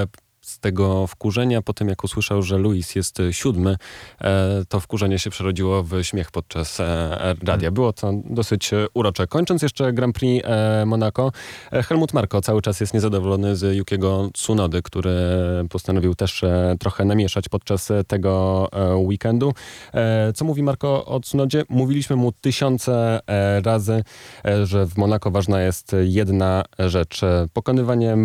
z tego wkurzenia po tym, jak usłyszał, że Lewis jest 7, to wkurzenie się przerodziło w śmiech podczas radia. Było to dosyć urocze. Kończąc jeszcze Grand Prix Monaco, Helmut Marko cały czas jest niezadowolony z Yukiego Tsunody, który postanowił też trochę namieszać podczas tego weekendu. Co mówi Marko o Tsunodzie? Mówiliśmy mu tysiące razy, że w Monako ważna jest jedna rzecz. Pokonywanie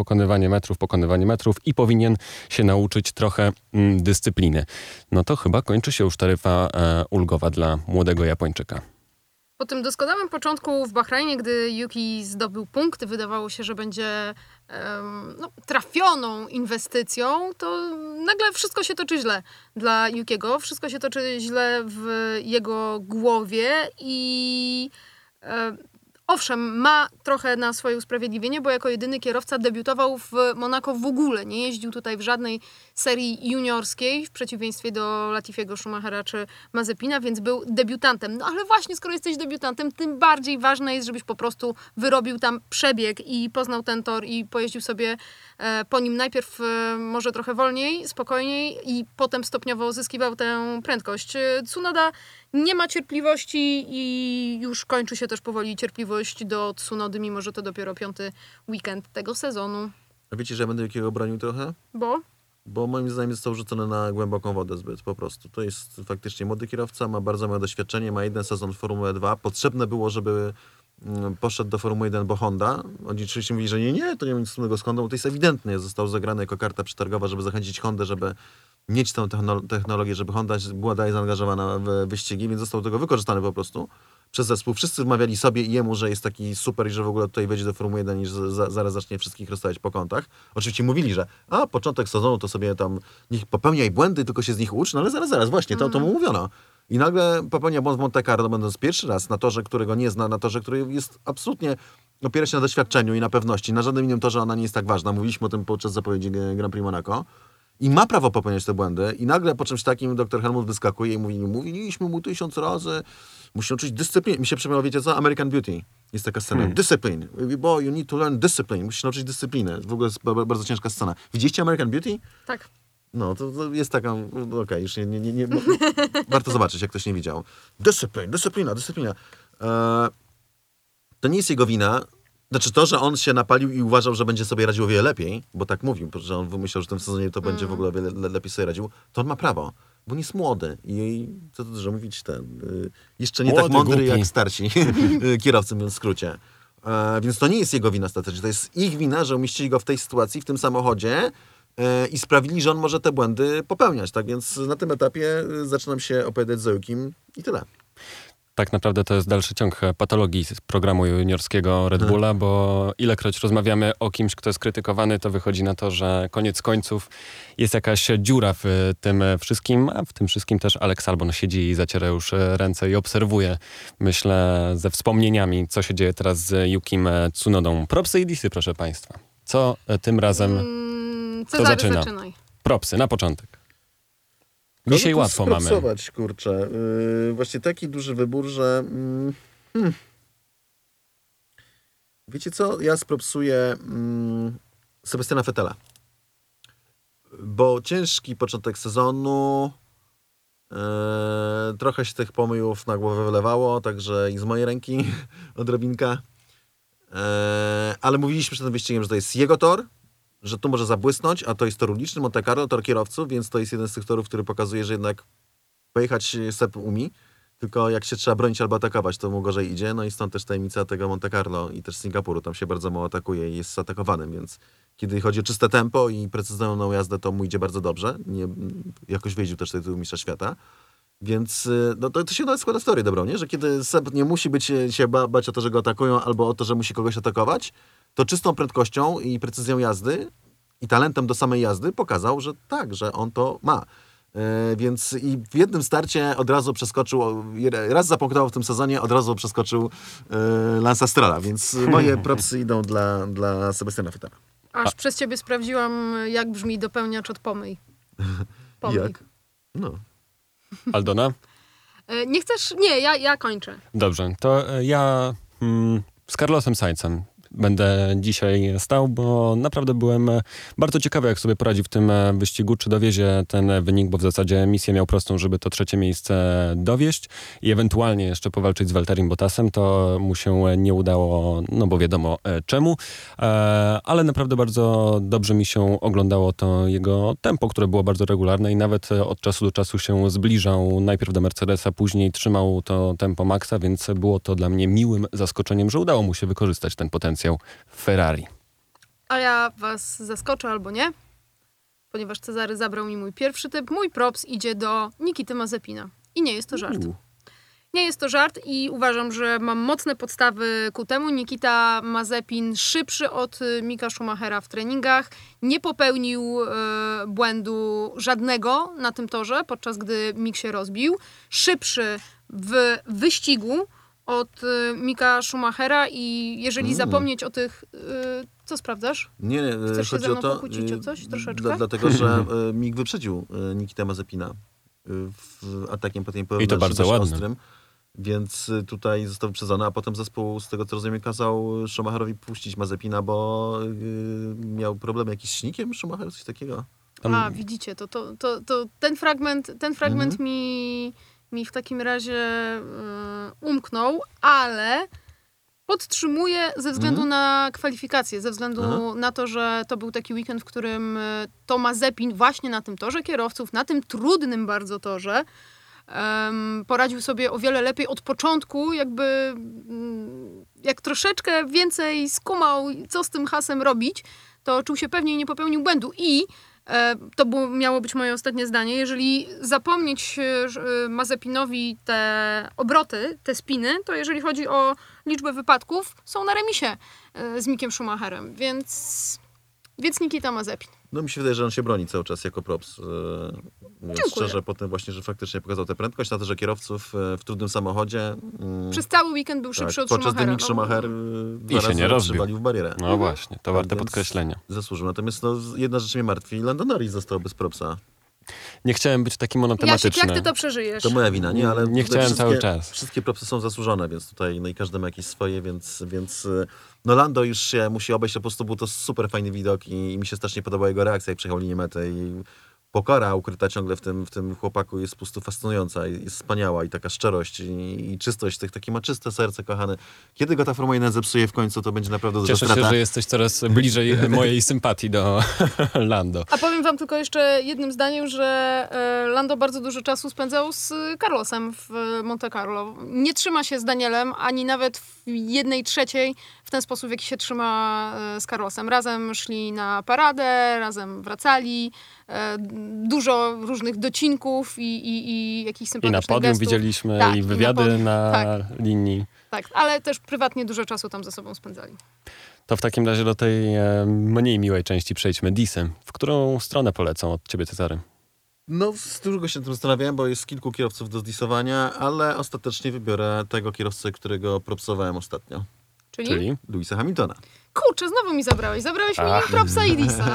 metrów i powinien się nauczyć trochę dyscypliny. No to chyba kończy się już taryfa ulgowa dla młodego Japończyka. Po tym doskonałym początku w Bahrajnie, gdy Yuki zdobył punkty, wydawało się, że będzie trafioną inwestycją, to nagle wszystko się toczy źle dla Yukiego. Wszystko się toczy źle w jego głowie i owszem, ma trochę na swoje usprawiedliwienie, bo jako jedyny kierowca debiutował w Monako w ogóle. Nie jeździł tutaj w żadnej serii juniorskiej, w przeciwieństwie do Latifiego, Schumachera czy Mazepina, więc był debiutantem. No ale właśnie, skoro jesteś debiutantem, tym bardziej ważne jest, żebyś po prostu wyrobił tam przebieg i poznał ten tor i pojeździł sobie po nim najpierw może trochę wolniej, spokojniej i potem stopniowo zyskiwał tę prędkość. Tsunoda nie ma cierpliwości i już kończy się też powoli cierpliwość do Tsunody, mimo że to dopiero 5. weekend tego sezonu. A wiecie, że ja będę Yukiego bronił trochę? Bo moim zdaniem został rzucony na głęboką wodę zbyt po prostu. To jest faktycznie młody kierowca, ma bardzo małe doświadczenie, ma jeden sezon w Formule 2. Potrzebne było, żeby poszedł do Formuły 1, bo Honda. Oni oczywiście mówili, że nie, to nie ma nic wspólnego z Hondą, bo to jest ewidentnie. Został zagrany jako karta przetargowa, żeby zachęcić Hondę, żeby mieć tę technologię, żeby Honda była dalej zaangażowana w wyścigi, więc został do tego wykorzystany po prostu przez zespół. Wszyscy wmawiali sobie i jemu, że jest taki super i że w ogóle tutaj wejdzie do Formuły 1 i że zaraz zacznie wszystkich rozstawiać po kątach. Oczywiście mówili, że początek sezonu to sobie tam niech popełniaj błędy, tylko się z nich ucz, no ale zaraz, właśnie, to mu mówiono. I nagle popełnia błąd w Monte Carlo, będąc pierwszy raz na torze, którego nie zna, na torze, który jest absolutnie, opiera się na doświadczeniu i na pewności. Na żadnym innym torze ona nie jest tak ważna. Mówiliśmy o tym podczas zapowiedzi Grand Prix Monaco. I ma prawo popełniać te błędy. I nagle po czymś takim dr Helmut wyskakuje i mówi, mówiliśmy mu 1000 razy, musi uczyć dyscypliny. Mi się przypomniało, wiecie co? American Beauty. Jest taka scena. Discipline. Boy, you need to learn discipline. Musisz nauczyć dyscypliny. W ogóle jest bardzo ciężka scena. Widzieliście American Beauty? Tak. No, to jest taka... Okej, już nie warto zobaczyć, jak ktoś nie widział. Dyscyplina. To nie jest jego wina. Znaczy to, że on się napalił i uważał, że będzie sobie radził o wiele lepiej, bo tak mówił, że on wymyślał, że w tym sezonie to będzie w ogóle o wiele lepiej sobie radził, to on ma prawo, bo on jest młody i co tu dużo mówić, jeszcze nie młody, tak mądry głupi. jak starsi kierowcy, mówiąc w skrócie. Więc to nie jest jego wina ostatecznie, to jest ich wina, że umieścili go w tej sytuacji, w tym samochodzie i sprawili, że on może te błędy popełniać. Tak więc na tym etapie zaczynam się opowiadać za Yukim i tyle. Tak naprawdę to jest dalszy ciąg patologii z programu juniorskiego Red Bulla, bo ilekroć rozmawiamy o kimś, kto jest krytykowany, to wychodzi na to, że koniec końców jest jakaś dziura w tym wszystkim, a w tym wszystkim też Alex Albon siedzi i zaciera już ręce i obserwuje, myślę, ze wspomnieniami, co się dzieje teraz z Yukim Tsunodą. Propsy i disy, proszę Państwa. Co tym razem Cezary, zaczyna? zaczynaj. Propsy, na początek. Dzisiaj łatwo mamy. Kurczę. Właśnie taki duży wybór, że... Wiecie co? Ja spropsuję Sebastiana Vettela. Bo ciężki początek sezonu, trochę się tych pomyłów na głowę wylewało, także i z mojej ręki odrobinka. Ale mówiliśmy przed tym wyścigiem, że to jest jego tor, że tu może zabłysnąć, a to jest tor uliczny, Monte Carlo, tor kierowców, więc to jest jeden z tych torów, który pokazuje, że jednak pojechać Seb umie, tylko jak się trzeba bronić albo atakować, to mu gorzej idzie, no i stąd też tajemnica tego Monte Carlo i też Singapuru, tam się bardzo mało atakuje i jest zaatakowanym, więc kiedy chodzi o czyste tempo i precyzyjną jazdę, to mu idzie bardzo dobrze, jakoś wyjeździł też tytuł mistrza świata, więc no to się nawet składa historię dobrą, nie? Że kiedy Seb nie musi się bać o to, że go atakują, albo o to, że musi kogoś atakować, to czystą prędkością i precyzją jazdy i talentem do samej jazdy pokazał, że tak, że on to ma. Więc i w jednym starcie od razu przeskoczył, raz zapunktował w tym sezonie, od razu przeskoczył Lance'a Strolla, więc moje propsy idą dla Sebastiana Vettela. Aż przez ciebie sprawdziłam, jak brzmi dopełniacz od pomyj. Jak? No. Aldona? Nie chcesz? Nie, ja kończę. Dobrze, to ja z Carlosem Sainzem. będę dzisiaj stał, bo naprawdę byłem bardzo ciekawy, jak sobie poradzi w tym wyścigu, czy dowiezie ten wynik, bo w zasadzie misję miał prostą, żeby to 3. miejsce dowieść i ewentualnie jeszcze powalczyć z Valtterim Bottasem. To mu się nie udało, no bo wiadomo czemu, ale naprawdę bardzo dobrze mi się oglądało to jego tempo, które było bardzo regularne i nawet od czasu do czasu się zbliżał najpierw do Mercedesa, później trzymał to tempo Maxa, więc było to dla mnie miłym zaskoczeniem, że udało mu się wykorzystać ten potencjał w Ferrari. A ja was zaskoczę albo nie, ponieważ Cezary zabrał mi mój pierwszy typ. Mój props idzie do Nikity Mazepina. I nie jest to żart. Nie jest to żart i uważam, że mam mocne podstawy ku temu. Nikita Mazepin szybszy od Mika Schumachera w treningach. Nie popełnił błędu żadnego na tym torze, podczas gdy Mik się rozbił. Szybszy w wyścigu od Mika Schumachera i jeżeli zapomnieć o tych... co sprawdzasz? Nie, Chcesz się chodzi ze mną o to, pokłócić o coś troszeczkę? Dlatego, że Mick wyprzedził Nikitę Mazepina w atakiem po tym I to bardzo ładnym. ostrym, więc tutaj został wyprzedzony, a potem zespół, z tego co rozumiem, kazał Schumacherowi puścić Mazepina, bo miał problemy jakiś z silnikiem Schumacher, coś takiego. A, widzicie, to ten fragment mi w takim razie umknął, ale podtrzymuję ze względu na kwalifikacje, ze względu na to, że to był taki weekend, w którym to Mazepin właśnie na tym torze kierowców, na tym trudnym bardzo torze, poradził sobie o wiele lepiej od początku, jakby jak troszeczkę więcej skumał, co z tym hasem robić, to czuł się pewnie i nie popełnił błędu. I to miało być moje ostatnie zdanie. Jeżeli zapomnieć Mazepinowi te obroty, te spiny, to jeżeli chodzi o liczbę wypadków, są na remisie z Mickiem Schumacherem, więc Nikita Mazepin. No mi się wydaje, że on się broni cały czas jako props. Mówiąc szczerze, po tym właśnie, że faktycznie pokazał tę prędkość na to, że kierowców w trudnym samochodzie... Przez cały weekend był szybszy od Podczas Schumachera. gdy Mick Schumacher I się nie rozbił. przywalił w barierę. No właśnie, to warte Więc podkreślenia. Zasłużył. Natomiast jedna rzecz mnie martwi. Lando Norris został bez propsa. Nie chciałem być taki monotematyczny. Jasiek, jak ty to przeżyjesz? To moja wina, nie? Ale Nie chciałem cały czas. Wszystkie propsy są zasłużone, więc tutaj no i każdy ma jakieś swoje, więc no Lando już się musi obejść, po prostu był to super fajny widok i mi się strasznie podobała jego reakcja, jak przejechał linię mety i pokora ukryta ciągle w tym chłopaku jest po prostu fascynująca i jest wspaniała i taka szczerość i czystość, takie ma czyste serce, kochany. Kiedy go ta Formuła 1 zepsuje w końcu, to będzie naprawdę duża Cieszę strata. się, że jesteś coraz bliżej mojej sympatii do Lando. A powiem wam tylko jeszcze jednym zdaniem, że Lando bardzo dużo czasu spędzał z Carlosem w Monte Carlo. Nie trzyma się z Danielem, ani nawet w 1/3 w ten sposób, w jaki się trzyma z Carlosem. Razem szli na paradę, razem wracali. Dużo różnych docinków i jakichś I sympatycznych na podium gestów. widzieliśmy, Tak, i wywiady podium. na Tak. linii. Tak, ale też prywatnie dużo czasu tam ze sobą spędzali. To w takim razie do tej mniej miłej części przejdźmy. Disy. W którą stronę polecą od ciebie, Cezary? No, długo się nad tym zastanawiałem, bo jest kilku kierowców do zdisowania, ale ostatecznie wybiorę tego kierowcę, którego propsowałem ostatnio. Czyli? Lewisa Hamiltona. Kurczę, znowu mi zabrałeś. Zabrałeś mi propsa i Disa.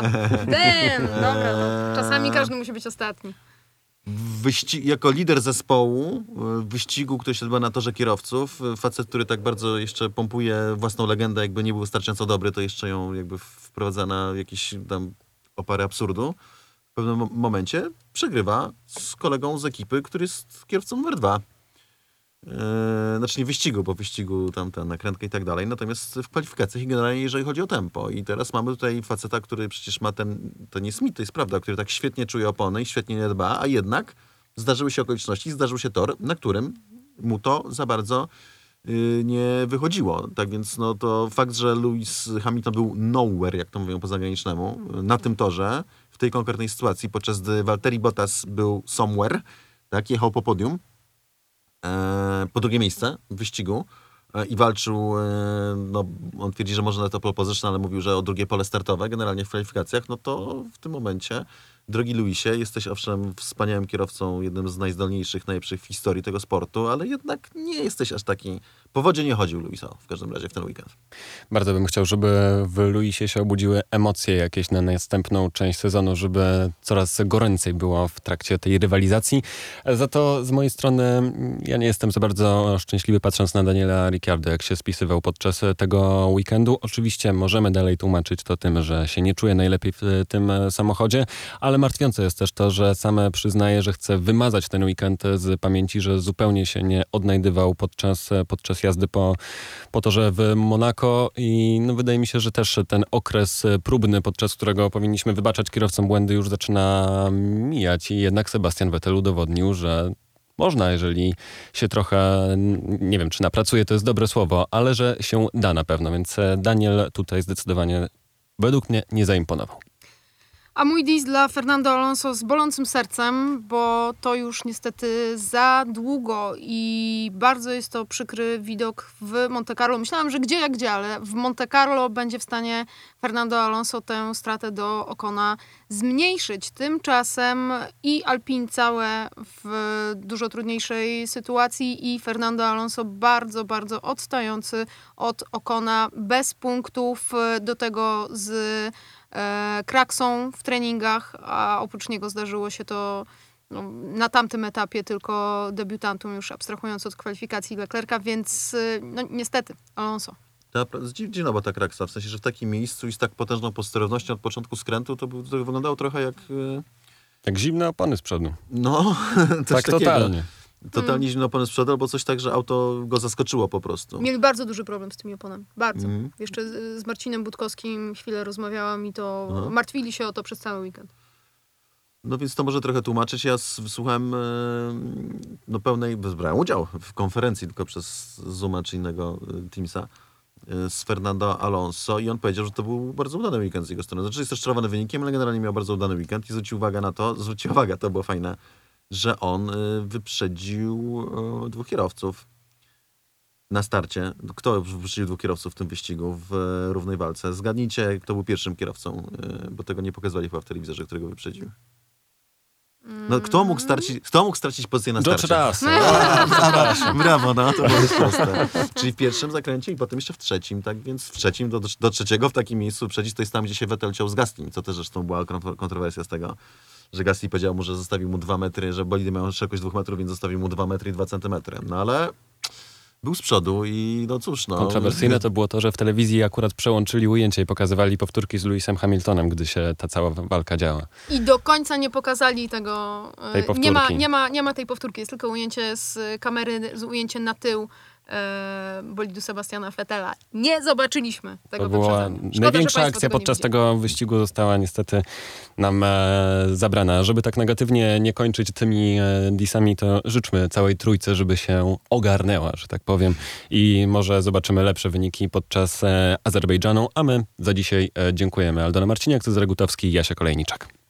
Dobra, no. Czasami każdy musi być ostatni. Jako lider zespołu w wyścigu, który się odbywa na torze kierowców, facet, który tak bardzo jeszcze pompuje własną legendę, jakby nie był wystarczająco dobry, to jeszcze ją jakby wprowadza na jakieś tam oparę absurdu. W pewnym momencie przegrywa z kolegą z ekipy, który jest kierowcą numer 2. Znaczy nie w wyścigu, bo w wyścigu tam ta nakrętka i tak dalej, natomiast w kwalifikacjach i generalnie jeżeli chodzi o tempo. I teraz mamy tutaj faceta, który przecież ma to nie Smith, to jest prawda, który tak świetnie czuje opony i świetnie nie dba, a jednak zdarzyły się okoliczności, zdarzył się tor, na którym mu to za bardzo nie wychodziło. Tak więc no to fakt, że Lewis Hamilton był nowhere, jak to mówią po zagranicznemu, na tym torze, w tej konkretnej sytuacji, podczas gdy Valtteri Bottas był somewhere, tak, jechał po podium, po drugie miejsce w wyścigu i walczył, no on twierdzi, że może na to pole position, ale mówił, że o drugie pole startowe, generalnie w kwalifikacjach, no to w tym momencie, drogi Lewisie, jesteś owszem wspaniałym kierowcą, jednym z najzdolniejszych, najlepszych w historii tego sportu, ale jednak nie jesteś aż taki wodzie nie chodził Luisa w każdym razie w ten weekend. Bardzo bym chciał, żeby w Luisie się obudziły emocje jakieś na następną część sezonu, żeby coraz goręcej było w trakcie tej rywalizacji. Za to z mojej strony ja nie jestem za bardzo szczęśliwy, patrząc na Daniela Ricciardo, jak się spisywał podczas tego weekendu. Oczywiście możemy dalej tłumaczyć to tym, że się nie czuje najlepiej w tym samochodzie, ale martwiące jest też to, że sam przyznaje, że chce wymazać ten weekend z pamięci, że zupełnie się nie odnajdywał podczas jazdy po torze w Monako i no, wydaje mi się, że też ten okres próbny, podczas którego powinniśmy wybaczać kierowcom błędy, już zaczyna mijać i jednak Sebastian Vettel udowodnił, że można, jeżeli się trochę, nie wiem, czy napracuje, to jest dobre słowo, ale że się da na pewno, więc Daniel tutaj zdecydowanie według mnie nie zaimponował. A mój dis dla Fernando Alonso z bolącym sercem, bo to już niestety za długo i bardzo jest to przykry widok w Monte Carlo. Myślałam, że gdzie jak gdzie, ale w Monte Carlo będzie w stanie Fernando Alonso tę stratę do Ocona zmniejszyć. Tymczasem i Alpine całe w dużo trudniejszej sytuacji i Fernando Alonso bardzo, bardzo odstający od Ocona, bez punktów, do tego z kraksą w treningach, a oprócz niego zdarzyło się to na tamtym etapie tylko debiutantom, już abstrahując od kwalifikacji Leclerca, więc niestety Alonso. Dziwna była ta kraksa, w sensie, że w takim miejscu i z tak potężną posterownością od początku skrętu to wyglądało trochę jak... Jak zimne opony z przodu. No, coś tak takiego. totalnie. Totalnie zimno opony z przodu, albo coś tak, że auto go zaskoczyło po prostu. Mieli bardzo duży problem z tymi oponami. Bardzo. Jeszcze z Marcinem Budkowskim chwilę rozmawiałam i to martwili się o to przez cały weekend. No więc to może trochę tłumaczyć. Ja słuchałem brałem udział w konferencji tylko przez Zooma czy innego Teamsa z Fernando Alonso i on powiedział, że to był bardzo udany weekend z jego strony. Znaczy jest rozczarowany wynikiem, ale generalnie miał bardzo udany weekend i zwrócił uwagę, to było fajne, że on wyprzedził 2 kierowców na starcie. Kto wyprzedził 2 kierowców w tym wyścigu w równej walce? Zgadnijcie, kto był pierwszym kierowcą, bo tego nie pokazywali chyba w telewizorze, którego wyprzedził. No, kto mógł stracić pozycję na starcie? George Russell. Brawo, no, to było proste. Czyli w pierwszym zakręcie i potem jeszcze w trzecim, tak więc w trzecim do trzeciego w takim miejscu wyprzedzić, to jest tam, gdzie się Vettel ciął z Gasly, co też zresztą była kontrowersja z tego, że Gasly powiedział mu, że zostawił mu 2 metry, że bolidy miał szerokość 2 metrów, więc zostawił mu 2 metry i 2 centymetry. No ale był z przodu i no cóż, no. Kontrowersyjne to było to, że w telewizji akurat przełączyli ujęcie i pokazywali powtórki z Lewisem Hamiltonem, gdy się ta cała walka działa. I do końca nie pokazali tego. Tej powtórki. Nie ma tej powtórki, jest tylko ujęcie z kamery, ujęcie na tył bolidu Sebastiana Vettela. Nie zobaczyliśmy tego. To była największa akcja podczas tego wyścigu, została niestety nam zabrana. Żeby tak negatywnie nie kończyć tymi disami, to życzmy całej trójce, żeby się ogarnęła, że tak powiem. I może zobaczymy lepsze wyniki podczas Azerbejdżanu. A my za dzisiaj dziękujemy. Aldona Marciniak, Cezary Gutowski i Jasia Kolejniczak.